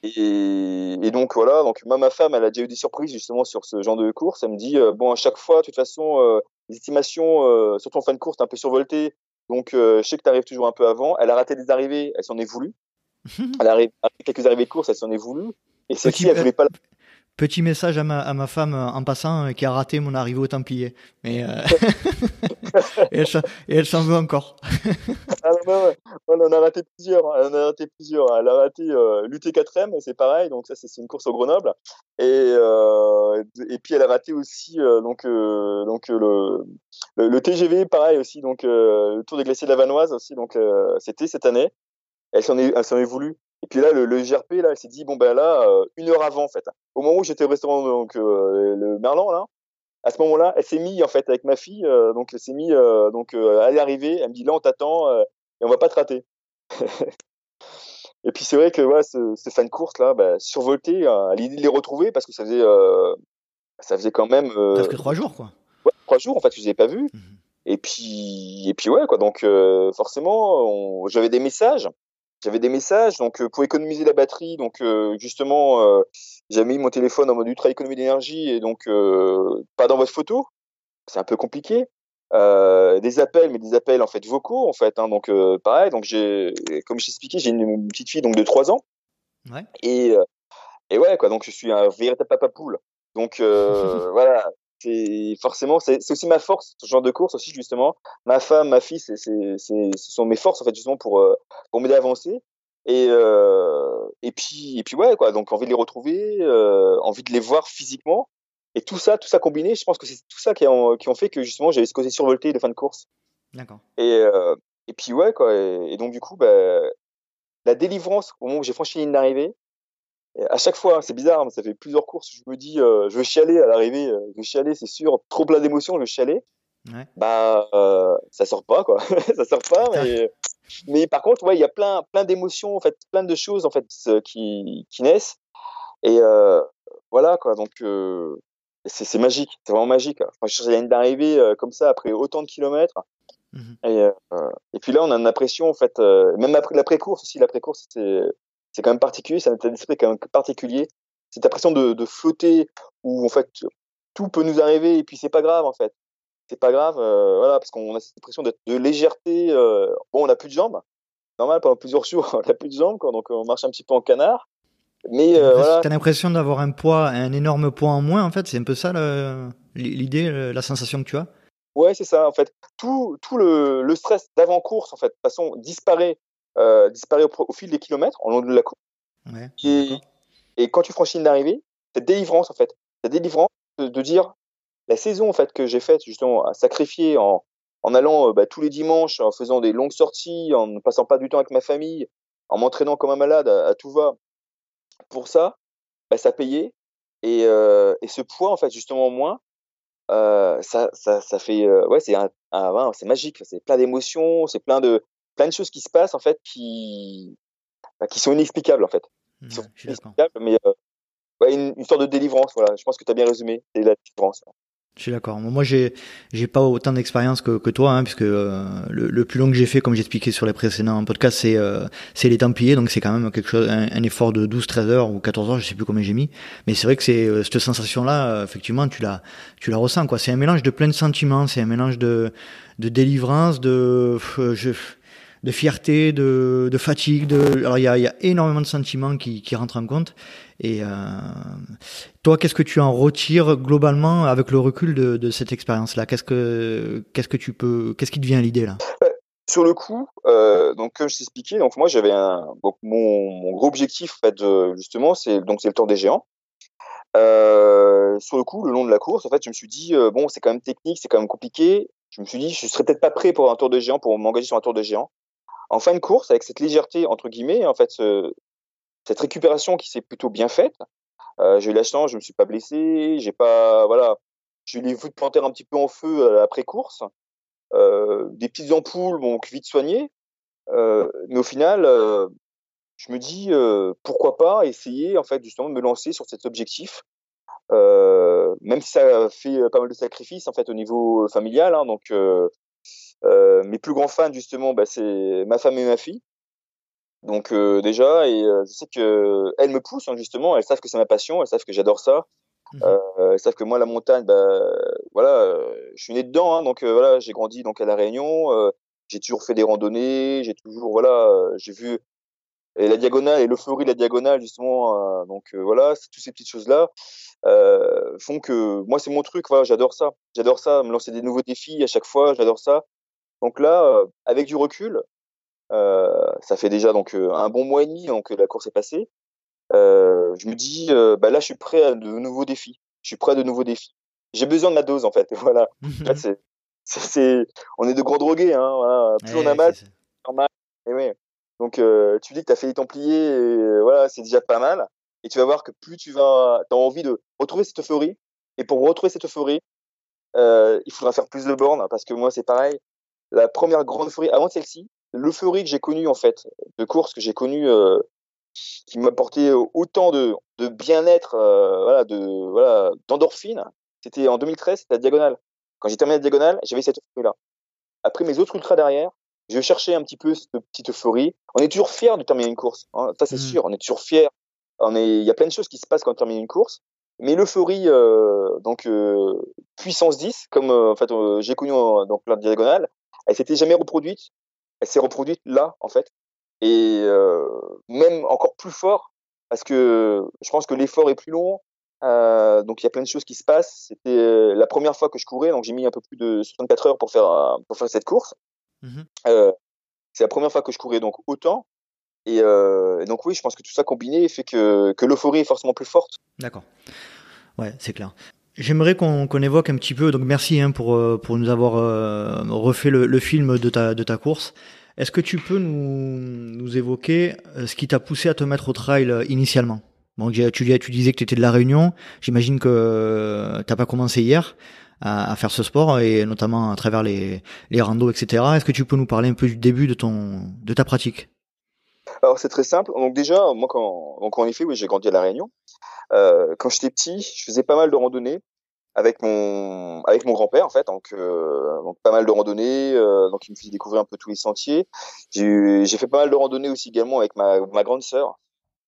Et donc voilà, donc ma femme, elle a déjà eu des surprises justement sur ce genre de course. Elle me dit bon à chaque fois, de toute façon, les estimations, surtout en fin de course, t'es un peu survolté. Donc je sais que tu arrives toujours un peu avant. Elle a raté des arrivées, elle s'en est voulu. Elle a raté quelques arrivées de course, elle s'en est voulu. Et celle-ci, Petit, elle voulait pas. petit message à ma femme en passant qui a raté mon arrivée au Templier. Mais et elle s'en veut encore. Ah non, ouais. On en a raté plusieurs. Elle en a raté plusieurs. Elle a raté l'UT4M, c'est pareil. Donc ça, c'est une course au Grenoble. Et puis elle a raté aussi le TGV, pareil aussi. Donc le Tour des Glaciers de la Vanoise aussi. Donc c'était cette année. Elle s'en est voulu. Et puis là, le GRP, là, elle s'est dit bon ben là, 1 heure avant en fait. Au moment où j'étais au restaurant donc le Merlan là. À ce moment-là, elle s'est mise en fait avec ma fille, donc elle s'est mise à l'arrivée. Elle me dit là on t'attend et on va pas te rater. Et puis c'est vrai que ouais, ces fins de course là, bah, survolté à l'idée de les retrouver parce que ça faisait quand même Presque 3 jours, quoi. ouais, 3 jours en fait que je les ai pas vus. Mhm. Et puis ouais quoi. Donc forcément, j'avais des messages. J'avais des messages, donc pour économiser la batterie, donc justement, j'avais mis mon téléphone en mode ultra économie d'énergie et donc pas dans votre photo. C'est un peu compliqué. Des appels, mais des appels en fait vocaux en fait. Hein, donc pareil. Donc comme je t'expliquais, j'ai une petite fille donc de 3 ans Ouais. et euh, et ouais quoi. Donc je suis un véritable papa poule. Donc voilà. C'est aussi ma force ce genre de course aussi justement. Ma femme, ma fille, ce sont mes forces en fait justement pour m'aider à avancer. Et puis ouais quoi. Donc envie de les retrouver, envie de les voir physiquement. Et tout ça combiné, je pense que c'est tout ça qui ont fait que justement j'avais ce côté survolté de fin de course. D'accord. Et puis ouais quoi. Et donc du coup, bah, la délivrance au moment où j'ai franchi la ligne d'arrivée, à chaque fois, hein, c'est bizarre, mais ça fait plusieurs courses, je me dis, je vais chialer à l'arrivée, je vais chialer, c'est sûr, trop plein d'émotions, je vais chialer. Ouais. Bah, ça sort pas quoi, ça sort pas. Ah, Mais par contre, ouais, il y a plein d'émotions en fait, plein de choses en fait qui naissent. Et voilà quoi. Donc c'est magique, c'est vraiment magique. Franchir la ligne d'arrivée comme ça après autant de kilomètres. mhm. Et puis là, on a une impression en fait, même après l'après-course aussi. L'après-course, c'est quand même particulier, c'est un état d'esprit quand même particulier. Cette impression de flotter où en fait tout peut nous arriver et puis c'est pas grave en fait. C'est pas grave, voilà, parce qu'on a cette impression de légèreté. Bon, on n'a plus de jambes, normal pendant plusieurs jours, on n'a plus de jambes, quoi, donc on marche un petit peu en canard. Mais voilà, T'as l'impression d'avoir un poids, un énorme poids en moins, en fait. C'est un peu ça l'idée, la sensation que tu as. ouais, c'est ça en fait. Tout le stress d'avant-course en fait, de toute façon, disparaît au fil des kilomètres, en long de la course. Ouais, on est Et, d'accord. et quand tu franchis une ligne d'arrivée, cette délivrance en fait, cette délivrance de dire la saison en fait que j'ai faite justement à sacrifier en allant bah, tous les dimanches, en faisant des longues sorties, en ne passant pas du temps avec ma famille, en m'entraînant comme un malade à tout va pour ça, bah, ça payait. Et ce poids en fait justement en moins, ça fait ouais ouais, c'est magique, c'est plein d'émotions, c'est plein de choses qui se passent en fait qui sont inexplicables en fait, qui sont Ouais, je suis d'accord. inexplicables, mais ouais, une sorte de délivrance, voilà. Je pense que tu as bien résumé, c'est la délivrance. Je suis d'accord. Moi, j'ai pas autant d'expérience que toi, hein, puisque le plus long que j'ai fait, comme j'expliquais sur les précédents podcasts, c'est les Templiers, donc c'est quand même quelque chose, un effort de 12-13 heures ou 14 heures, je sais plus combien j'ai mis. Mais c'est vrai que c'est cette sensation-là, effectivement, tu la ressens, quoi. C'est un mélange de plein de sentiments, c'est un mélange de délivrance, de fierté, de fatigue. Alors il y a énormément de sentiments qui rentrent en compte. Et toi, qu'est-ce que tu en retires globalement avec le recul de cette expérience-là? Qu'est-ce qui te vient à l'idée là? Sur le coup, donc comme je t'expliquais, donc moi j'avais donc mon gros objectif en fait, justement, c'est le Tour des Géants. Sur le coup, le long de la course, en fait, je me suis dit bon, c'est quand même technique, c'est quand même compliqué. Je me suis dit, je serais peut-être pas prêt pour un Tour de Géant, pour m'engager sur un Tour de Géant. En fin de course, avec cette légèreté entre guillemets, en fait, cette récupération qui s'est plutôt bien faite. J'ai eu la chance, je me suis pas blessé, j'ai pas, voilà, j'ai eu les voûtes plantaires un petit peu en feu après course, des petites ampoules, bon, vite soignées, mais au final, je me dis pourquoi pas essayer en fait justement de me lancer sur cet objectif, même si ça fait pas mal de sacrifices en fait au niveau familial, hein, donc mes plus grands fans justement, bah, c'est ma femme et ma fille. Donc déjà, et je sais que elles me poussent hein, justement, elles savent que c'est ma passion, elles savent que j'adore ça. Mhm. Elles savent que moi la montagne, bah voilà, je suis né dedans, hein, donc voilà, j'ai grandi donc à La Réunion, j'ai toujours fait des randonnées, j'ai toujours voilà, j'ai vu et la diagonale et l'euphorie de la diagonale justement, donc voilà, c'est toutes ces petites choses là font que moi c'est mon truc, voilà, j'adore ça, me lancer des nouveaux défis à chaque fois, j'adore ça. Donc là, avec du recul, Ça fait déjà donc un bon mois et demi donc que la course est passée. Je me dis, bah là, je suis prêt à de nouveaux défis. Je suis prêt à de nouveaux défis. J'ai besoin de la dose, en fait. Voilà. En fait, on est de grands drogués, hein. Voilà. Plus on a mal, C'est ça. plus on a mal. Et ouais. Donc, tu dis que tu as fait les Templiers, et voilà, c'est déjà pas mal. Et tu vas voir que plus t'as envie de retrouver cette euphorie. Et pour retrouver cette euphorie, il faudra faire plus de bornes, parce que moi, c'est pareil. La première grande euphorie, avant celle-ci, l'euphorie que j'ai connue, en fait, de course que j'ai connue, qui m'apportait autant de bien-être, voilà, d'endorphine. C'était en 2013, c'était la Diagonale. Quand j'ai terminé la Diagonale, j'avais cette euphorie-là. Après mes autres ultras derrière, je cherchais un petit peu cette petite euphorie. On est toujours fier de terminer une course, hein, ça c'est sûr. On est toujours fier. Il y a plein de choses qui se passent quand on termine une course. Mais l'euphorie, puissance 10, comme en fait j'ai connu donc la Diagonale, elle s'était jamais reproduite. Elle s'est reproduite là, en fait, et même encore plus fort, parce que je pense que l'effort est plus long. Donc il y a plein de choses qui se passent. C'était la première fois que je courais, donc j'ai mis un peu plus de 64 heures pour faire cette course. Mhm. C'est la première fois que je courais donc autant. Et donc oui, je pense que tout ça combiné fait que l'euphorie est forcément plus forte. D'accord. Ouais, c'est clair. J'aimerais qu'on évoque un petit peu, donc merci pour nous avoir refait le film de ta course. Est-ce que tu peux nous évoquer ce qui t'a poussé à te mettre au trail initialement? Bon, tu disais que tu étais de La Réunion. J'imagine que t'as pas commencé hier à faire ce sport, et notamment à travers les randos, etc. Est-ce que tu peux nous parler un peu du début de ta pratique? Alors c'est très simple. Donc déjà, moi donc en effet, oui, j'ai grandi à La Réunion. Quand j'étais petit, je faisais pas mal de randonnées avec mon grand-père en fait, donc pas mal de randonnées, donc il me faisait découvrir un peu tous les sentiers. J'ai fait pas mal de randonnées aussi également avec ma grande sœur,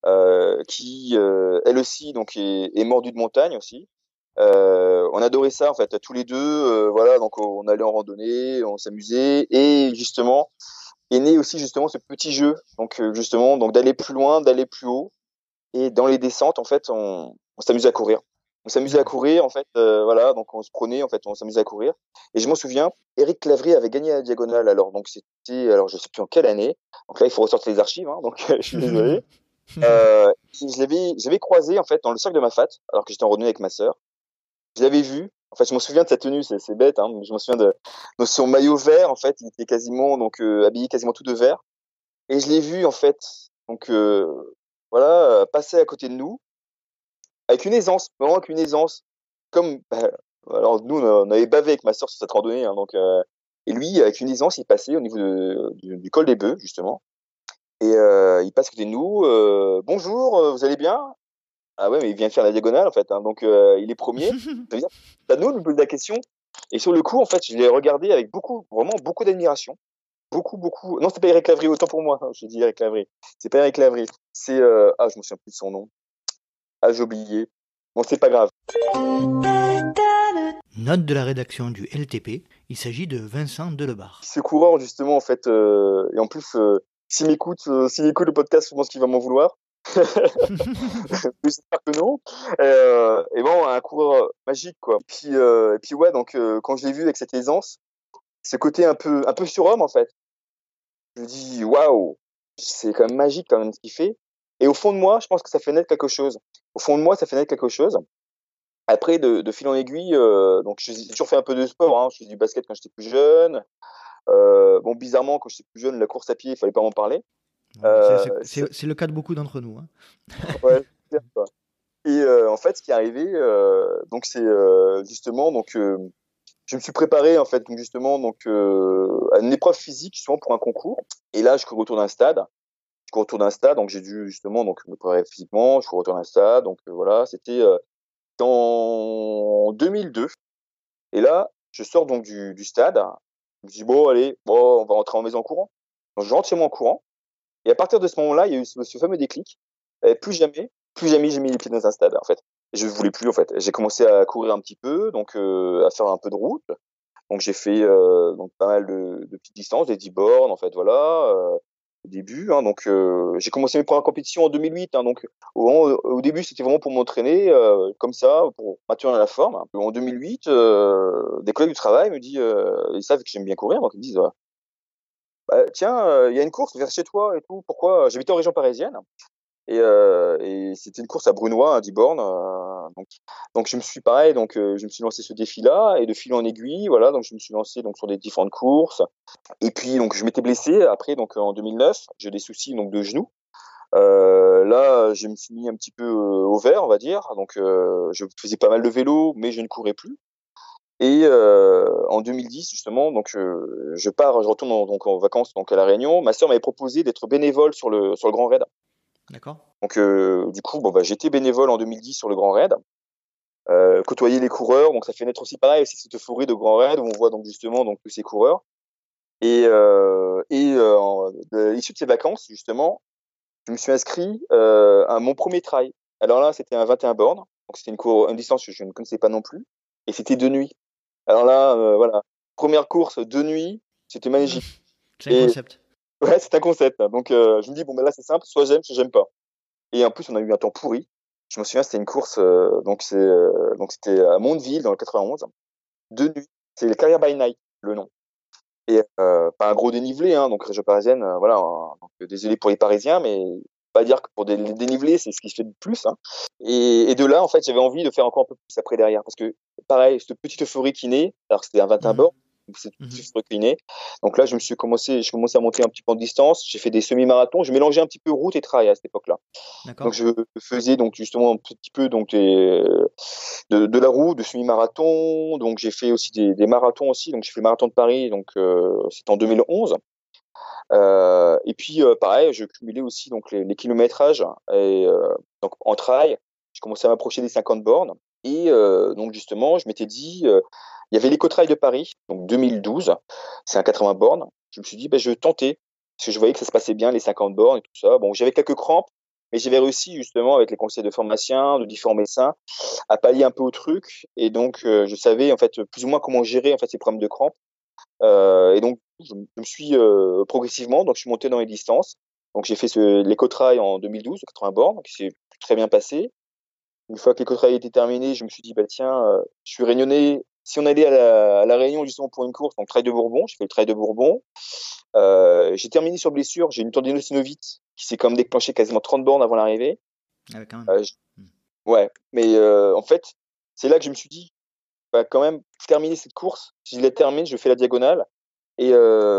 qui elle aussi donc est mordue de montagne aussi. On adorait ça en fait tous les deux, voilà, donc on allait en randonnée, on s'amusait, et justement est né aussi justement ce petit jeu, donc justement donc d'aller plus loin, d'aller plus haut. Et dans les descentes, en fait, on s'amusait à courir. On s'amusait à D'accord. courir, en fait, voilà, donc on se prenait, en fait, on s'amusait à courir. Et je m'en souviens, Eric Clavry avait gagné la diagonale, alors, donc c'était, alors je sais plus en quelle année. Donc là, il faut ressortir les archives, hein, donc je suis désolé. Je l'avais croisé, en fait, dans le cercle de ma fat, alors que j'étais en randonnée avec ma sœur. Je l'avais vu. En fait, je me souviens de sa tenue, c'est bête, hein, mais je me souviens de son maillot vert, en fait, il était quasiment, donc, habillé quasiment tout de vert. Et je l'ai vu, en fait, donc, voilà, passer à côté de nous avec une aisance, vraiment avec une aisance. Comme, bah, alors nous, on avait bavé avec ma sœur sur cette randonnée, hein, donc, et lui, avec une aisance, il passait au niveau du col des Bœufs, justement. Et il passe à côté de nous. Bonjour, vous allez bien? Ah ouais, mais il vient faire la diagonale, en fait, hein, donc il est premier. Ça veut dire, c'est à nous de nous poser la question. Et sur le coup, en fait, je l'ai regardé avec beaucoup, vraiment beaucoup d'admiration. Beaucoup, beaucoup. Non, c'est pas Eric Lavry, autant pour moi, hein, j'ai dit Eric Lavry. C'est pas Eric Lavry. C'est, je me souviens plus de son nom. Ah, j'ai oublié. Bon, c'est pas grave. Note de la rédaction du LTP, il s'agit de Vincent Delebarre. Ce coureur, justement, en fait, et en plus, s'il écoute le podcast, je pense qu'il va m'en vouloir. J'espère que non. Et bon, un coureur magique, quoi. Et puis ouais, donc, quand je l'ai vu avec cette aisance, ce côté un peu surhomme, en fait, je me dis, waouh, c'est quand même magique, quand même, ce qu'il fait. Et au fond de moi, je pense que ça fait naître quelque chose. Au fond de moi, ça fait naître quelque chose. Après, de fil en aiguille, donc j'ai toujours fait un peu de sport, hein. Je faisais du basket quand j'étais plus jeune. Bon, bizarrement, quand j'étais plus jeune, la course à pied, il fallait pas m'en parler. Ouais, C'est c'est le cas de beaucoup d'entre nous, hein. ouais, c'est clair, quoi. Et en fait, ce qui est arrivé, donc c'est justement, donc je me suis préparé en fait, donc justement, donc à une épreuve physique justement pour un concours. Et là, je cours autour d'un stade. Je cours autour d'un stade, donc j'ai dû justement donc me préparer physiquement. Je cours autour d'un stade, donc voilà, c'était en 2002. Et là, je sors donc du stade. Je me dis bon, allez, bon, on va rentrer en maison en courant. Donc je rentre chez moi en courant. Et à partir de ce moment-là, il y a eu ce fameux déclic. Et plus jamais j'ai mis les pieds dans un stade, en fait. Je ne voulais plus, en fait. J'ai commencé à courir un petit peu, donc à faire un peu de route. Donc j'ai fait donc pas mal de petites distances, des 10 bornes, en fait, voilà, au début. Hein, donc j'ai commencé mes premières compétitions en 2008. Hein, donc au début, c'était vraiment pour m'entraîner, comme ça, pour maintenir la forme. En 2008, des collègues du travail me disent, ils savent que j'aime bien courir, donc ils me disent, Tiens, il y a une course vers chez toi et tout. Pourquoi? J'habitais en région parisienne et c'était une course à Brunois, à 10 bornes. Donc je me suis pareil, je me suis lancé ce défi-là et de fil en aiguille, voilà. Donc je me suis lancé donc sur des différentes courses. Et puis donc je m'étais blessé après donc en 2009, j'ai des soucis donc de genoux. Là, je me suis mis un petit peu au vert, on va dire. Je faisais pas mal de vélo, mais je ne courais plus. Et en 2010, justement, je retourne en vacances donc à La Réunion. Ma sœur m'avait proposé d'être bénévole sur le Grand Raid. D'accord. Du coup, j'étais bénévole en 2010 sur le Grand Raid, côtoyer les coureurs. Donc ça fait naître aussi pareil, aussi cette euphorie de Grand Raid où on voit donc justement donc tous ces coureurs. Issu de ces vacances, justement, je me suis inscrit à mon premier trail. Alors là, c'était un 21 bornes, donc c'était une distance que je ne connaissais pas non plus, et c'était de nuit. Alors là, voilà, première course de nuit, c'était magnifique. C'est un Et concept. ouais, c'est un concept. Je me dis bon, là c'est simple, soit j'aime pas. Et en plus, on a eu un temps pourri. Je me souviens, c'était une course, donc c'était à Mondeville dans le 91, de nuit. C'est le Carrière by Night, le nom. Et pas un gros dénivelé, hein, donc région parisienne, voilà. Désolé pour les Parisiens, mais pas dire que pour des dénivelés, c'est ce qui se fait de plus. Hein. Et de là, en fait, j'avais envie de faire encore un peu plus après derrière, parce que pareil, cette petite euphorie qui naît, alors que c'était un 21 Mhm. bords, cette petite euphorie qui naît. Donc là, je commençais à monter un petit peu en distance. J'ai fait des semi-marathons. Je mélangeais un petit peu route et trail à cette époque-là. Donc D'accord. je faisais donc justement un petit peu de la roue, de semi-marathon. Donc j'ai fait aussi des marathons aussi. Donc j'ai fait le marathon de Paris. C'était en 2011. Et puis pareil, je cumulais aussi donc les kilométrages et donc en trail, je commençais à m'approcher des 50 bornes. Et donc justement, je m'étais dit, il y avait l'éco-trail de Paris, donc 2012, c'est un 80 bornes. Je me suis dit, je vais tenter parce que je voyais que ça se passait bien les 50 bornes et tout ça. Bon, j'avais quelques crampes, mais j'avais réussi justement avec les conseils de pharmaciens, de différents médecins, à pallier un peu au truc. Et donc je savais en fait plus ou moins comment gérer en fait ces problèmes de crampes. Et donc, je me suis progressivement, donc je suis monté dans les distances. Donc, j'ai fait l'éco-trail en 2012, 80 bornes, qui s'est très bien passé. Une fois que l'éco-trail était terminé, je me suis dit, tiens, je suis réunionnais. Si on allait à la Réunion justement pour une course, donc Trail de Bourbon, j'ai fait le Trail de Bourbon. J'ai terminé sur blessure, j'ai une tendinose synovite qui s'est quand même déclenchée quasiment 30 bornes avant l'arrivée. Ah ouais, quand même. Euh, je- ouais, mais en fait, c'est là que je me suis dit, quand même, terminer cette course, si je la termine, je fais la diagonale. Et,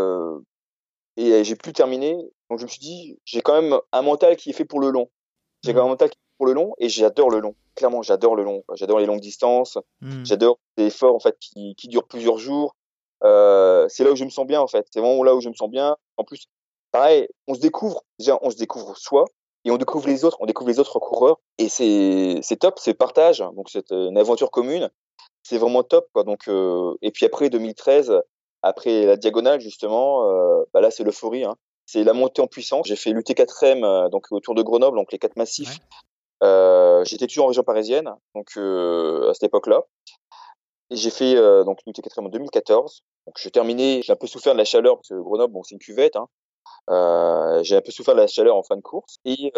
j'ai pu terminer. Donc je me suis dit, j'ai quand même un mental qui est fait pour le long. J'ai quand même Mhm. un mental qui est fait pour le long et j'adore le long. Clairement, j'adore le long. J'adore les longues distances. Mhm. J'adore les efforts en fait qui durent plusieurs jours. C'est là où je me sens bien en fait. C'est vraiment là où je me sens bien. En plus, pareil, on se découvre. Déjà, on se découvre soi et on découvre les autres. On découvre les autres coureurs et c'est top. C'est partage. Donc c'est une aventure commune. C'est vraiment top quoi. Et puis après 2013, après la diagonale justement, là c'est l'euphorie, hein. C'est la montée en puissance. J'ai fait l'UT4M donc autour de Grenoble, donc les 4 Ouais. massifs. J'étais toujours en région parisienne, à cette époque-là. Et j'ai fait donc l'UT4M en 2014. Donc j'ai terminé, j'ai un peu souffert de la chaleur parce que Grenoble, bon c'est une cuvette, hein. J'ai un peu souffert de la chaleur en fin de course. Et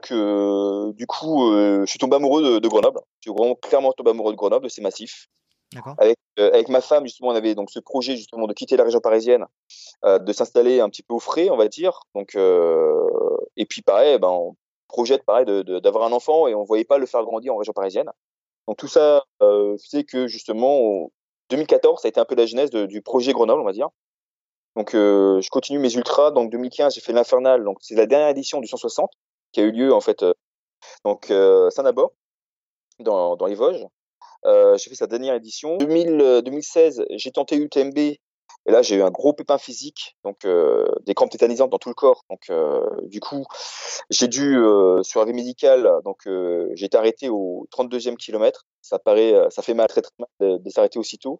du coup, je suis tombé amoureux de Grenoble. Je suis vraiment clairement tombé amoureux de Grenoble, de ces massifs. D'accord. Avec ma femme, justement, on avait donc ce projet justement de quitter la région parisienne, de s'installer un petit peu au frais, on va dire. Et puis pareil, on projette pareil d'avoir un enfant et on voyait pas le faire grandir en région parisienne. Donc tout ça fait que justement, en 2014, ça a été un peu la genèse du projet Grenoble, on va dire. Je continue mes ultras. Donc 2015, j'ai fait l'Infernal. Donc c'est la dernière édition du 160 qui a eu lieu en fait Saint-Nabord dans les Vosges. J'ai fait sa dernière édition. 2016, j'ai tenté UTMB. Et là, j'ai eu un gros pépin physique, des crampes tétanisantes dans tout le corps. Du coup, j'ai dû, sur avis médical, j'ai été arrêté au 32e kilomètre. Ça fait mal, très très mal de s'arrêter aussitôt.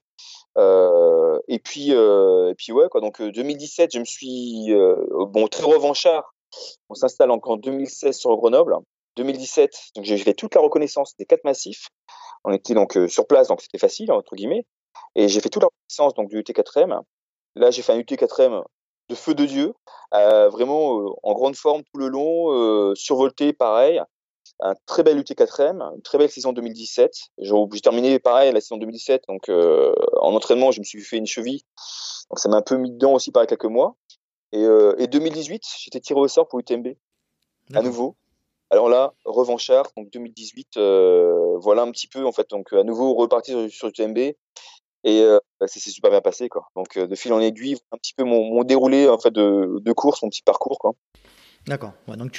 Ouais, quoi. 2017, je me suis, très revanchard. On s'installe en 2016 sur Grenoble. 2017, donc j'ai fait toute la reconnaissance des 4 massifs. On était sur place, donc c'était facile, entre guillemets. Et j'ai fait toute la reconnaissance donc, du UT4M. Là, j'ai fait un UT4M de feu de Dieu, vraiment en grande forme tout le long, survolté pareil. Un très bel UT4M, une très belle saison 2017. J'ai terminé pareil la saison 2017, en entraînement, je me suis fait une cheville. Donc ça m'a un peu mis dedans aussi par quelques mois. Et 2018, j'étais tiré au sort pour UTMB à D'accord. nouveau. Alors là, revanchard, donc 2018, voilà un petit peu en fait, donc à nouveau reparti sur UTMB et ça s'est super bien passé quoi. Donc de fil en aiguille, un petit peu mon déroulé en fait de course, mon petit parcours quoi. D'accord. Ouais, donc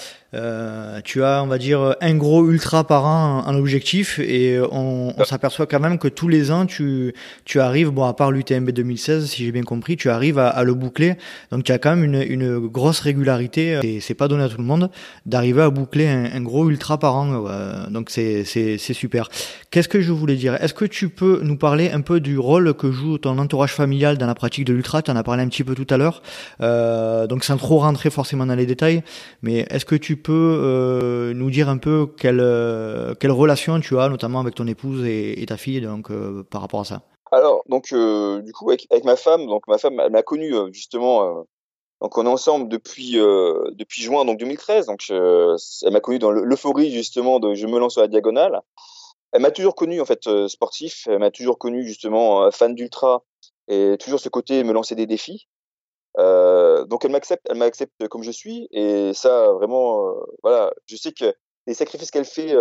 on va dire, un gros ultra par an en objectif et on s'aperçoit quand même que tous les ans, tu arrives, bon, à part l'UTMB 2016, si j'ai bien compris, tu arrives à le boucler. Donc tu as quand même une grosse régularité. Et c'est pas donné à tout le monde d'arriver à boucler un gros ultra par an. Donc c'est super. Qu'est-ce que je voulais dire? Est-ce que tu peux nous parler un peu du rôle que joue ton entourage familial dans la pratique de l'ultra? Tu en as parlé un petit peu tout à l'heure. Donc sans trop rentrer forcément dans les détails, mais est-ce que tu peux nous dire un peu quelle relation tu as, notamment avec ton épouse et ta fille, donc par rapport à ça? Alors donc du coup avec ma femme, donc ma femme elle m'a connu justement donc on est ensemble depuis juin donc 2013 donc elle m'a connu dans l'euphorie justement de je me lance sur la diagonale. Elle m'a toujours connu en fait sportif, elle m'a toujours connu justement fan d'ultra et toujours ce côté me lancer des défis. Donc elle m'accepte comme je suis et ça vraiment voilà, je sais que les sacrifices qu'elle fait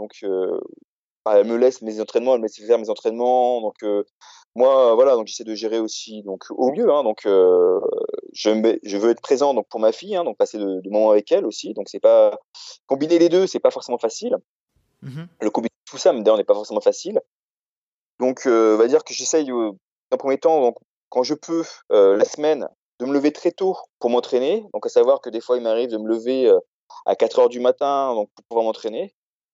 elle me laisse mes entraînements, elle me laisse faire mes entraînements donc moi voilà, donc j'essaie de gérer aussi donc au mieux hein, donc je veux être présent donc pour ma fille hein, donc passer de moments avec elle aussi donc c'est pas combiner les deux, c'est pas forcément facile. Mhm. Le combiner tout ça, d'ailleurs, n'est pas forcément facile. Donc, on va dire que j'essaye, dans un premier temps, donc, quand je peux, la semaine, de me lever très tôt pour m'entraîner. Donc, à savoir que des fois, il m'arrive de me lever à 4 heures du matin donc, pour pouvoir m'entraîner,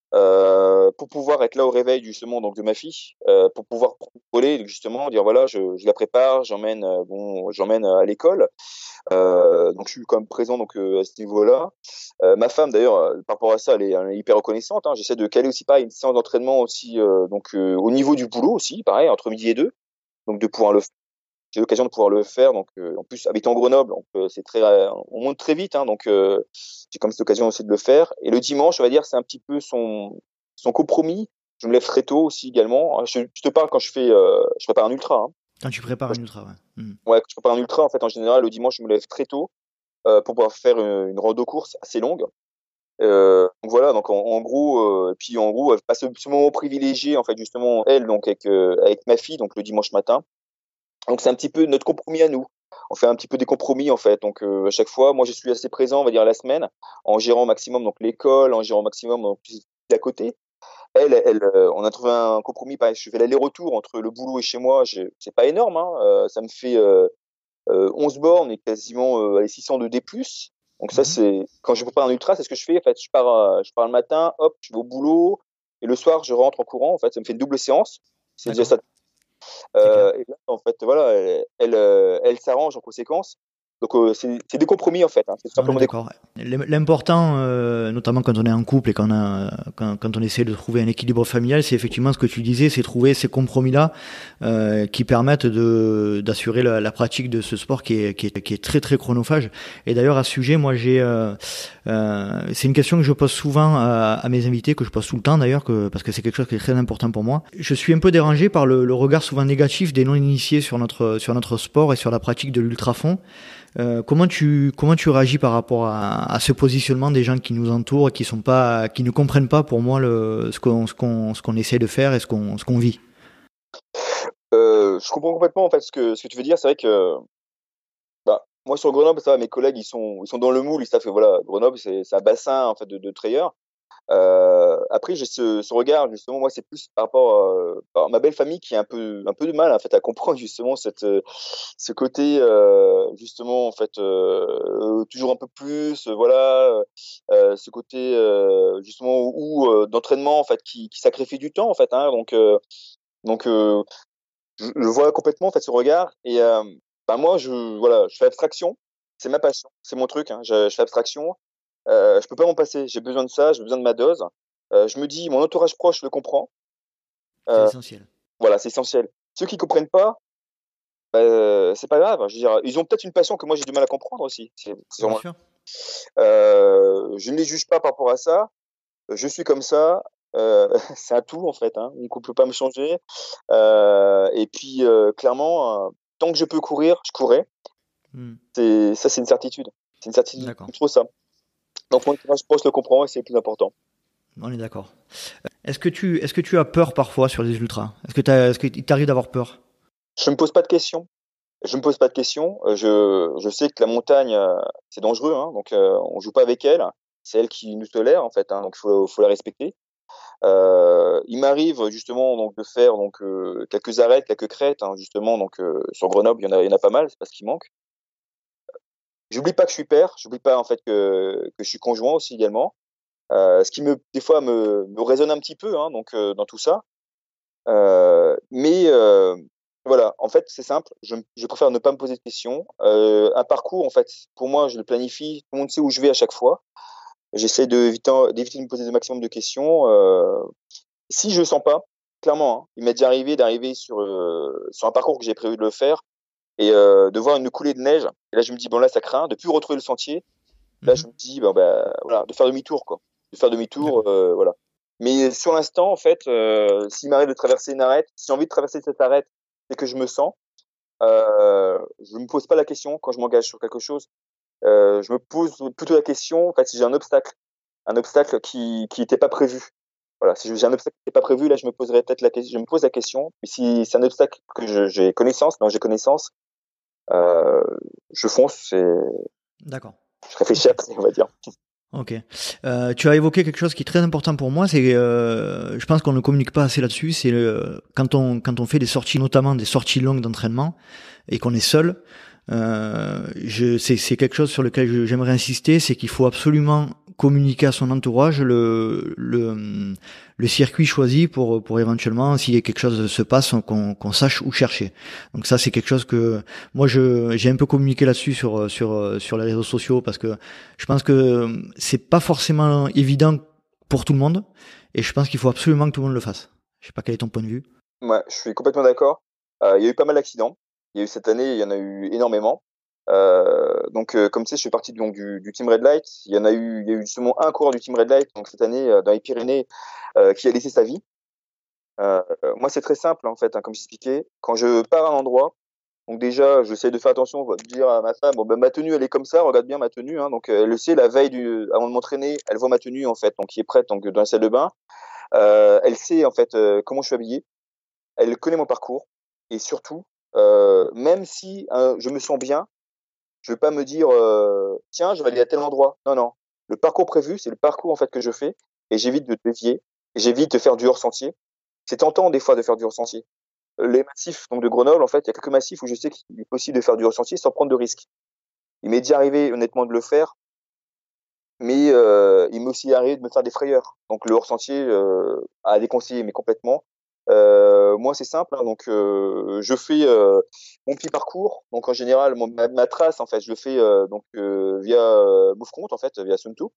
pour pouvoir être là au réveil justement donc de ma fille, pour pouvoir voler justement, dire voilà, je la prépare, j'emmène à l'école. Donc je suis quand même présent donc à ce niveau-là. Ma femme d'ailleurs par rapport à ça elle est hyper reconnaissante hein. J'essaie de caler aussi pareil une séance d'entraînement aussi au niveau du boulot aussi pareil entre midi et deux donc de pouvoir le j'ai l'occasion de pouvoir le faire donc en plus habitant Grenoble donc c'est très on monte très vite hein, donc j'ai comme cette occasion aussi de le faire et le dimanche on va dire c'est un petit peu son compromis. Je me lève très tôt aussi également. Je te parle quand je prépare un ultra hein. Quand tu prépares un ultra, ouais. Mhm. Ouais, quand je prépare un ultra en fait en général le dimanche je me lève très tôt pour pouvoir faire une rando course assez longue. Donc voilà, donc en gros, puis en gros, elle passe ce moment privilégié en fait justement elle donc avec ma fille donc le dimanche matin. Donc c'est un petit peu notre compromis à nous. On fait un petit peu des compromis en fait. Donc à chaque fois, moi je suis assez présent, on va dire la semaine, en gérant au maximum donc l'école, en gérant au maximum donc à côté. On a trouvé un compromis. Pareil, je fais l'aller-retour entre le boulot et chez moi. C'est pas énorme, hein, ça me fait 11 bornes et quasiment 600 de D+. Donc ça, Mhm. c'est quand je prépare un ultra, c'est ce que je fais. En fait, je pars le matin, hop, je vais au boulot et le soir, je rentre en courant. En fait, ça me fait une double séance. C'est déjà D'accord, ça. c'est clair. Et là, en fait, voilà, elle s'arrange en conséquence. Donc c'est des compromis en fait. Hein. C'est tout On est simplement des d'accord. L'important, notamment quand on est en couple et quand on essaie de trouver un équilibre familial, c'est effectivement ce que tu disais, c'est trouver ces compromis-là qui permettent d'assurer la pratique de ce sport qui est très très chronophage. Et d'ailleurs à ce sujet, moi c'est une question que je pose souvent à mes invités, que je pose tout le temps d'ailleurs, parce que c'est quelque chose qui est très important pour moi. Je suis un peu dérangé par le regard souvent négatif des non-initiés sur notre sport et sur la pratique de l'ultrafond. Comment tu réagis par rapport à ce positionnement des gens qui nous entourent, qui ne comprennent pas pour moi ce qu'on essaie de faire et ce qu'on vit. Je comprends complètement en fait ce que tu veux dire. C'est vrai que bah, moi sur Grenoble, ça va, mes collègues ils sont dans le moule. Ils savent que voilà, Grenoble c'est un bassin en fait de trailers. Après, j'ai ce regard justement. Moi, c'est plus par ma belle famille qui a un peu de mal en fait à comprendre justement ce côté justement en fait toujours un peu plus voilà ce côté justement d'entraînement en fait qui sacrifie du temps en fait hein, donc je vois complètement en fait ce regard et bah moi je fais abstraction. C'est ma passion, c'est mon truc. Hein, je fais abstraction. Je peux pas m'en passer. J'ai besoin de ça, j'ai besoin de ma dose. Je me dis, mon entourage proche le comprend. C'est Euh, l'essentiel. voilà, c'est essentiel. Ceux qui comprennent pas, c'est pas grave. Je veux dire, ils ont peut-être une passion que moi j'ai du mal à comprendre aussi. C'est Bien sûrement- sûr. je ne les juge pas par rapport à ça. Je suis comme ça. C'est un tout en fait. Hein. On ne peut pas me changer. Et puis clairement, tant que je peux courir, je courrai. C'est une certitude. C'est une certitude. D'accord. C'est trop ça. Donc moi, je pense le comprendre et c'est le plus important. On est d'accord. Est-ce que tu as peur parfois sur les ultras? Est-ce qu'il t'arrive d'avoir peur? Je me pose pas de questions. Je me pose pas de questions. Je sais que la montagne, c'est dangereux, hein, donc on joue pas avec elle. C'est elle qui nous tolère en fait, hein, donc faut la respecter. Il m'arrive justement donc de faire donc quelques arêtes, quelques crêtes, hein, justement donc sur Grenoble, il y en a pas mal, c'est pas ce qui manque. J'oublie pas que je suis père, j'oublie pas en fait que je suis conjoint aussi également. Ce qui des fois me résonne un petit peu, hein, donc dans tout ça. Mais voilà, en fait, c'est simple. Je préfère ne pas me poser de questions. Un parcours, en fait, pour moi, je le planifie. Tout le monde sait où je vais à chaque fois. J'essaie d'éviter de me poser le maximum de questions. Si je le sens pas, clairement, hein, il m'est déjà arrivé d'arriver sur un parcours que j'ai prévu de le faire et de voir une coulée de neige. Et là, je me dis bon là, ça craint. De plus retrouver le sentier. Là, je me dis voilà, de faire demi-tour quoi, de faire demi-tour, D'accord. voilà. Mais sur l'instant, en fait, s'il m'arrive de traverser une arête, si j'ai envie de traverser cette arête, c'est que je me sens. Je me pose pas la question quand je m'engage sur quelque chose. Je me pose plutôt la question, en fait, si j'ai un obstacle qui était pas prévu. Voilà, si j'ai un obstacle qui n'est pas prévu, là, je me poserai peut-être la question. Je me pose la question. Mais si c'est un obstacle que j'ai connaissance, dont j'ai connaissance, euh, je fonce et D'accord. je réfléchis Ok. après, on va dire. Ok. Tu as évoqué quelque chose qui est très important pour moi, c'est, je pense qu'on ne communique pas assez là-dessus, c'est quand on fait des sorties, notamment des sorties longues d'entraînement, et qu'on est seul, c'est quelque chose sur lequel j'aimerais insister, c'est qu'il faut absolument communiquer à son entourage le circuit choisi pour éventuellement, si quelque chose se passe, qu'on sache où chercher. Donc ça, c'est quelque chose que moi j'ai un peu communiqué là-dessus sur les réseaux sociaux, parce que je pense que c'est pas forcément évident pour tout le monde, et je pense qu'il faut absolument que tout le monde le fasse. Je sais pas quel est ton point de vue. Ouais, je suis complètement d'accord. Il y a eu pas mal d'accidents. Il y a eu cette année, il y en a eu énormément. Donc, comme tu sais, je suis parti donc, du Team Red Light. Il y a eu justement un coureur du Team Red Light, donc cette année dans les Pyrénées, qui a laissé sa vie. Moi, c'est très simple en fait, hein, comme j'expliquais. Quand je pars à un endroit, donc déjà, j'essaie de faire attention, de dire à ma femme, bon ben ma tenue, elle est comme ça, regarde bien ma tenue. Hein, donc, elle le sait la veille avant de m'entraîner, elle voit ma tenue en fait, donc qui est prête donc dans la salle de bain. Elle sait en fait comment je suis habillé. Elle connaît mon parcours et surtout, même si je me sens bien, je vais pas me dire tiens, je vais aller à tel endroit. Non, non. Le parcours prévu, c'est le parcours en fait que je fais et j'évite de dévier, et j'évite de faire du hors sentier. C'est tentant des fois de faire du hors sentier. Les massifs donc de Grenoble, en fait, il y a quelques massifs où je sais qu'il est possible de faire du hors sentier sans prendre de risques. Il m'est déjà arrivé honnêtement de le faire, mais il m'est aussi arrivé de me faire des frayeurs. Donc le hors sentier à déconseiller, mais complètement. Moi, c'est simple, hein, donc je fais mon petit parcours. Donc en général, ma trace, en fait, je le fais donc via Bouffe-Compte, en fait, via Sunto.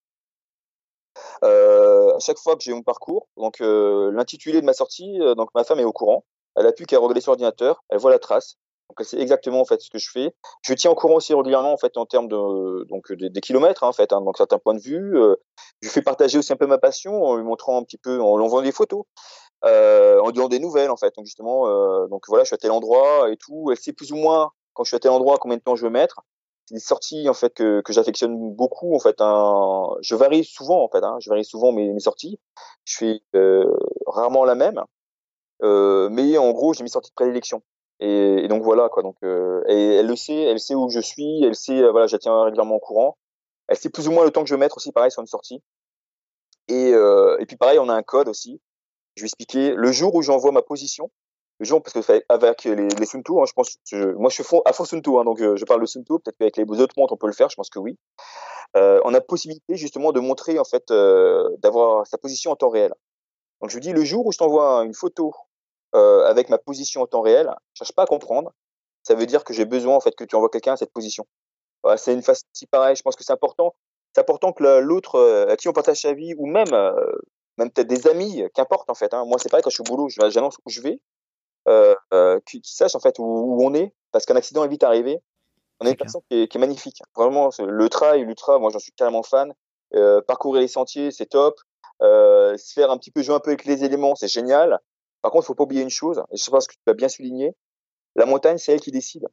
À chaque fois que j'ai mon parcours, donc l'intitulé de ma sortie, donc ma femme est au courant. Elle a plus qu'à regarder sur l'ordinateur, elle voit la trace. Donc elle sait exactement en fait ce que je fais. Je tiens au courant aussi régulièrement en fait en termes de donc des kilomètres, hein, en fait, hein, donc certains points de vue. Je fais partager aussi un peu ma passion en lui montrant un petit peu, en lui envoyant des photos, en disant des nouvelles en fait. Donc justement, donc voilà, je suis à tel endroit et tout. Elle sait plus ou moins quand je suis à tel endroit combien de temps je veux mettre. C'est des sorties en fait que j'affectionne beaucoup en fait. Hein. Je varie souvent en fait. Hein. Je varie souvent mes sorties. Je fais rarement la même, mais en gros j'ai mes sorties de prédilection. Et donc voilà quoi. Donc et elle sait où je suis, elle sait voilà, je la tiens régulièrement au courant. Elle sait plus ou moins le temps que je vais mettre aussi pareil sur une sortie. Et puis pareil, on a un code aussi. Je vais expliquer le jour où j'envoie ma position. Le jour, parce que avec les Sunto, hein, je pense, moi je suis à fond Sunto, hein, donc je parle de Sunto. Peut-être qu'avec les autres montres on peut le faire. Je pense que oui. On a possibilité justement de montrer en fait, d'avoir sa position en temps réel. Donc je vous dis le jour où je t'envoie une photo avec ma position en temps réel, je cherche pas à comprendre. Ça veut dire que j'ai besoin en fait que tu envoies quelqu'un à cette position. Voilà, c'est une façon si pareil. Je pense que c'est important. C'est important que l'autre à qui on partage sa vie ou même peut-être des amis, qu'importe en fait. Hein. Moi, c'est pareil quand je suis au boulot, j'annonce où je vais, qu'ils sachent en fait où on est, parce qu'un accident est vite arrivé. On a C'est une clair. personne qui est magnifique. Vraiment, le trail, l'ultra, moi j'en suis carrément fan. Parcourir les sentiers, c'est top. Se faire un petit peu jouer un peu avec les éléments, c'est génial. Par contre, il faut pas oublier une chose, et je pense que tu l'as bien souligné, la montagne, c'est elle qui décide.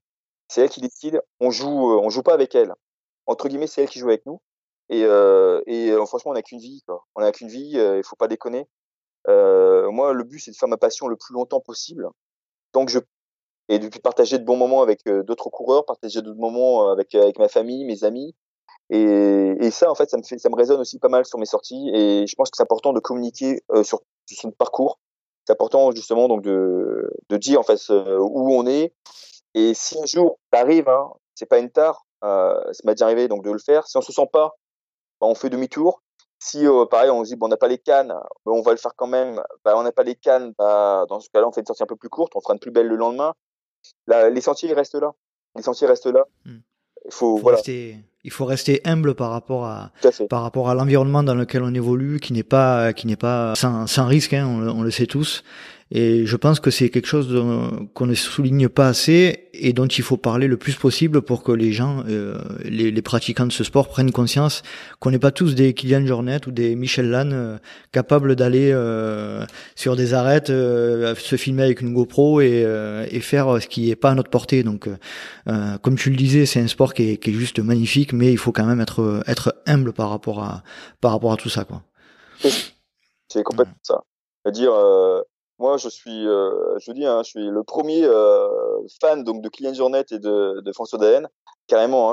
c'est elle qui décide. On joue pas avec elle. Entre guillemets, c'est elle qui joue avec nous. Et franchement, on n'a qu'une vie, quoi. On n'a qu'une vie. Il faut pas déconner. Moi, le but, c'est de faire ma passion le plus longtemps possible, tant que je et de partager de bons moments avec d'autres coureurs, partager d'autres moments avec ma famille, mes amis. Et ça, en fait, ça me résonne aussi pas mal sur mes sorties. Et je pense que c'est important de communiquer sur notre parcours. C'est important justement donc de dire en fait où on est. Et si un jour ça arrive, hein, c'est pas une tare, ça m'est déjà arrivé donc de le faire. Si on se sent pas, bah, on fait demi-tour. Si pareil, on se dit bon, on n'a pas les cannes, bah, on va le faire quand même. Bah, on n'a pas les cannes, bah, dans ce cas-là, on fait une sortie un peu plus courte. On fera une plus belle le lendemain. Là, les sentiers ils restent là. Les sentiers restent là. Il faut voilà. Il faut rester humble par rapport Tout à fait. à l'environnement dans lequel on évolue, qui n'est pas sans risque, hein, on le sait tous. Et je pense que c'est quelque chose qu'on ne souligne pas assez et dont il faut parler le plus possible pour que les gens, les pratiquants de ce sport prennent conscience qu'on n'est pas tous des Kilian Jornet ou des Michel Lannes capables d'aller sur des arêtes, se filmer avec une GoPro et faire ce qui est pas à notre portée. Donc, comme tu le disais, c'est un sport qui est juste magnifique, mais il faut quand même être humble par rapport à tout ça, quoi. C'est complètement ça. C'est-à-dire, moi, je vous dis, hein, je suis le premier fan donc de Kilian Jornet et de François Daen, carrément. Hein,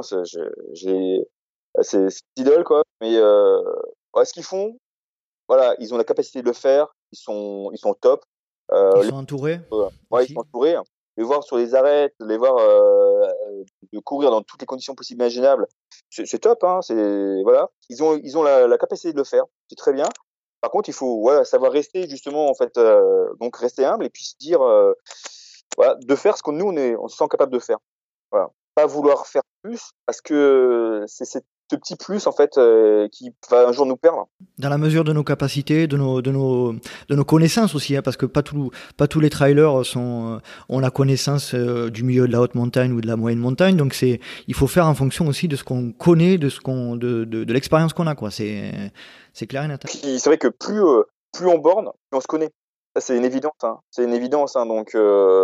c'est une idole, quoi. Mais ouais, ce qu'ils font, voilà, ils ont la capacité de le faire. Ils sont top. Ils sont entourés. Ouais, ils sont entourés. Les voir sur les arêtes, les voir de courir dans toutes les conditions possibles et imaginables, c'est top. Hein, voilà, ils ont la capacité de le faire. C'est très bien. Par contre, il faut savoir rester justement en fait, donc rester humble et puis se dire voilà, de faire ce que nous on se sent capable de faire. Voilà, pas vouloir faire plus parce que c'est ce petit plus en fait qui va un jour nous perdre. Dans la mesure de nos capacités, de nos connaissances aussi, hein, parce que pas tous les trailers ont la connaissance du milieu de la haute montagne ou de la moyenne montagne. Donc il faut faire en fonction aussi de ce qu'on connaît, de l'expérience qu'on a, quoi. C'est clair et net. Puis c'est vrai que plus on borne, plus on se connaît. Ça c'est une évidence. Hein. C'est une évidence. Hein. Donc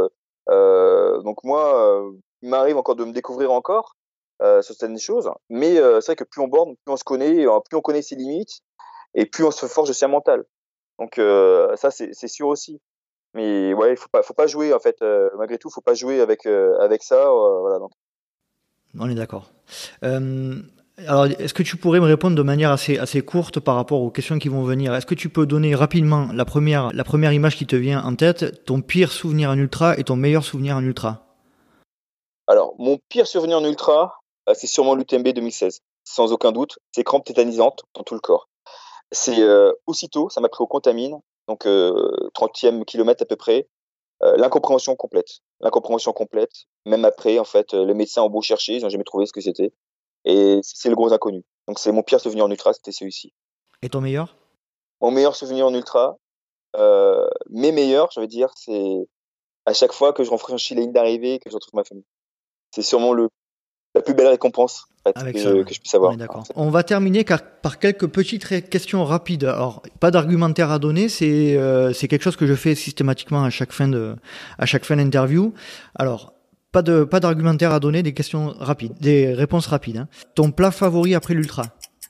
moi, il m'arrive encore de me découvrir encore sur certaines choses. Mais c'est vrai que plus on borne, plus on se connaît, plus on connaît ses limites et plus on se forge aussi un mental. Donc ça c'est sûr aussi. Mais ouais, faut pas jouer en fait. Malgré tout, faut pas jouer avec ça. Voilà. Donc. On est d'accord. Alors, est-ce que tu pourrais me répondre de manière assez courte par rapport aux questions qui vont venir? Est-ce que tu peux donner rapidement la première image qui te vient en tête, ton pire souvenir en ultra et ton meilleur souvenir en ultra? Alors, mon pire souvenir en ultra, c'est sûrement l'UTMB 2016, sans aucun doute. C'est crampes tétanisantes dans tout le corps. C'est aussitôt, ça m'a pris au Contamine, donc 30e kilomètre à peu près. L'incompréhension complète. Même après, en fait, les médecins ont beau chercher, ils n'ont jamais trouvé ce que c'était. Et c'est le gros inconnu. Donc c'est mon pire souvenir en ultra, c'était celui-ci. Et ton meilleur? Mon meilleur souvenir en ultra, mes meilleurs, je veux dire, c'est à chaque fois que je franchis la ligne d'arrivée et que je retrouve ma famille. C'est sûrement la plus belle récompense en fait, que je puisse avoir. On est d'accord. On va terminer par quelques petites questions rapides. Alors, pas d'argumentaire à donner, c'est quelque chose que je fais systématiquement à chaque fin d'interview. Alors, pas d'argumentaire à donner, des questions rapides, des réponses rapides. Hein. Ton plat favori après l'ultra?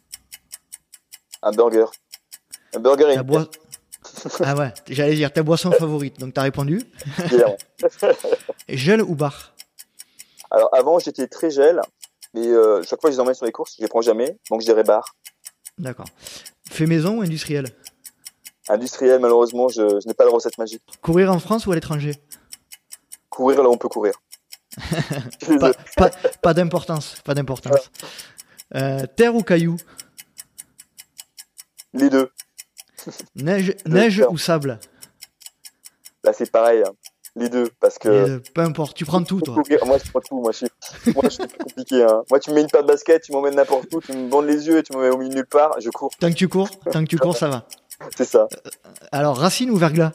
Un burger et Ah ouais, j'allais dire ta boisson favorite. Donc t'as répondu. Gel ou bar? Alors avant j'étais très gel, mais chaque fois que je les emmène sur les courses, je les prends jamais, donc je dirais bar. D'accord. Fait maison ou industriel? Industriel, malheureusement, je n'ai pas la recette magique. Courir en France ou à l'étranger? Courir là où on peut courir. pas d'importance. Terre ou caillou? Les deux. Neige ou sable? Là c'est pareil, hein. Les deux, parce que... peu importe, tu prends tout, toi. Moi je prends tout, moi je suis plus compliqué. Hein. Moi tu me mets une paire de basket, tu m'emmènes n'importe où, tu me bandes les yeux et tu me mets au milieu de nulle part, je cours. Tant que tu cours, ça va. C'est ça. Alors, Racine ou Verglas?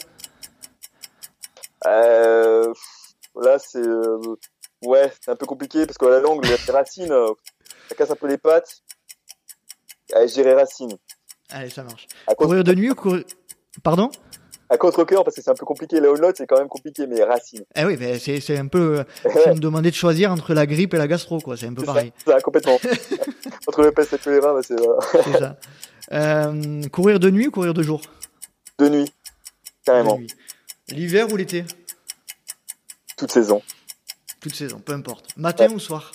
Là c'est... ouais, c'est un peu compliqué, parce que la langue, les racines, ça casse un peu les pattes. Allez, je dirais Racine. Allez, ça marche. Courir de nuit ou courir... Pardon? à contre-cœur parce que c'est un peu compliqué. La All-Note, c'est quand même compliqué, mais Racine. Eh oui, mais c'est un peu, si on me demandait de choisir entre la grippe et la gastro, quoi. C'est un peu pareil. Ça, complètement. Entre le peste et le choléra, c'est ça. Courir de nuit ou courir de jour? De nuit, carrément. De nuit. L'hiver ou l'été? Toute saison. Toute saison, peu importe. Matin ou soir?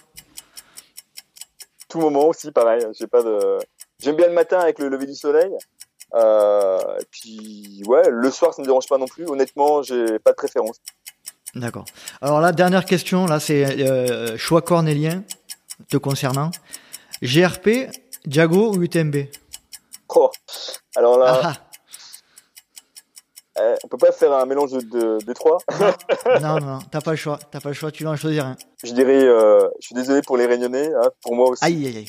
Tout moment aussi, pareil. J'aime bien le matin avec le lever du soleil. Et puis, ouais, le soir, ça me dérange pas non plus. Honnêtement, j'ai pas de préférence. D'accord. Alors là, dernière question. Là, c'est choix cornélien te concernant. GRP, Diago ou UTMB? Oh. Alors là, on peut pas faire un mélange de trois. Non, t'as pas le choix. Tu dois en choisir un. Je dirais, je suis désolé pour les Réunionnais, hein, pour moi aussi. Aïe.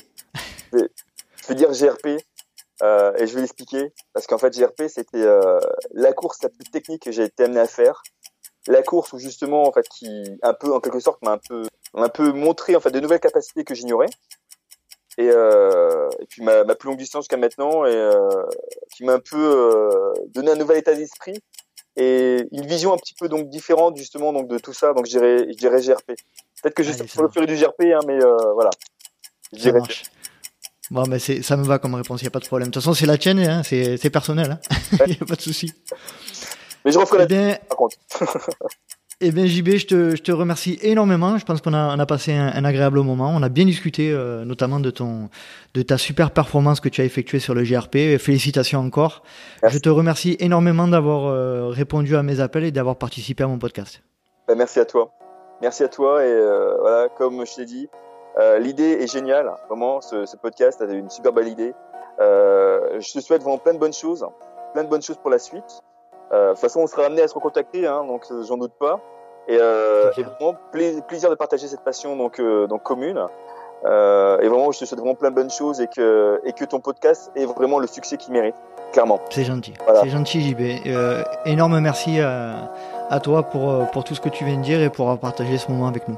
Je vais dire GRP. Et je vais l'expliquer parce qu'en fait GRP c'était la course la plus technique que j'ai été amené à faire, la course où justement en fait qui un peu en quelque sorte m'a un peu montré en fait de nouvelles capacités que j'ignorais et puis ma plus longue distance jusqu'à maintenant et qui m'a un peu donné un nouvel état d'esprit et une vision un petit peu donc différente justement donc de tout ça, donc je dirais GRP. Peut-être que je suis sur le fur du GRP hein, mais voilà. Je dirais. Bon, mais ça me va comme réponse, il n'y a pas de problème. De toute façon, c'est la tienne, hein, c'est personnel, hein. Il n'y a pas de souci. Mais je referai par contre. Eh bien, JB, je te remercie énormément. Je pense qu'on a passé un agréable moment. On a bien discuté, notamment de ta super performance que tu as effectuée sur le GRP. Félicitations encore. Merci. Je te remercie énormément d'avoir répondu à mes appels et d'avoir participé à mon podcast. Ben, merci à toi. Merci à toi et voilà, comme je t'ai dit, l'idée est géniale, vraiment, ce podcast a une super belle idée. Je te souhaite vraiment plein de bonnes choses pour la suite. De toute façon, on sera amené à se recontacter, hein, donc j'en doute pas. Et vraiment plaisir de partager cette passion donc commune. Et vraiment, je te souhaite vraiment plein de bonnes choses et que ton podcast ait vraiment le succès qu'il mérite, clairement. C'est gentil, voilà. C'est gentil, JB. Énorme merci à toi pour tout ce que tu viens de dire et pour avoir partagé ce moment avec nous.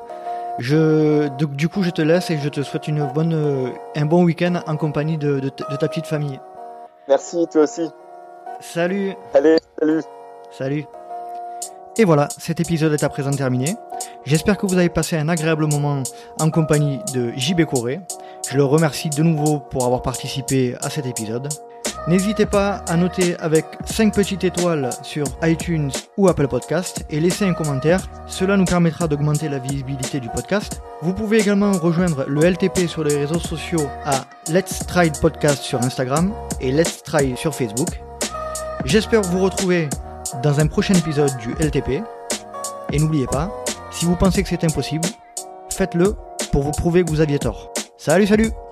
Du coup, je te laisse et je te souhaite un bon week-end en compagnie de ta petite famille. Merci, toi aussi. Salut. Allez, salut. Et voilà, cet épisode est à présent terminé. J'espère que vous avez passé un agréable moment en compagnie de JB Coré. Je le remercie de nouveau pour avoir participé à cet épisode. N'hésitez pas à noter avec 5 petites étoiles sur iTunes ou Apple Podcast et laisser un commentaire. Cela nous permettra d'augmenter la visibilité du podcast. Vous pouvez également rejoindre le LTP sur les réseaux sociaux à Let's Try Podcast sur Instagram et Let's Try sur Facebook. J'espère vous retrouver dans un prochain épisode du LTP. Et n'oubliez pas, si vous pensez que c'est impossible, faites-le pour vous prouver que vous aviez tort. Salut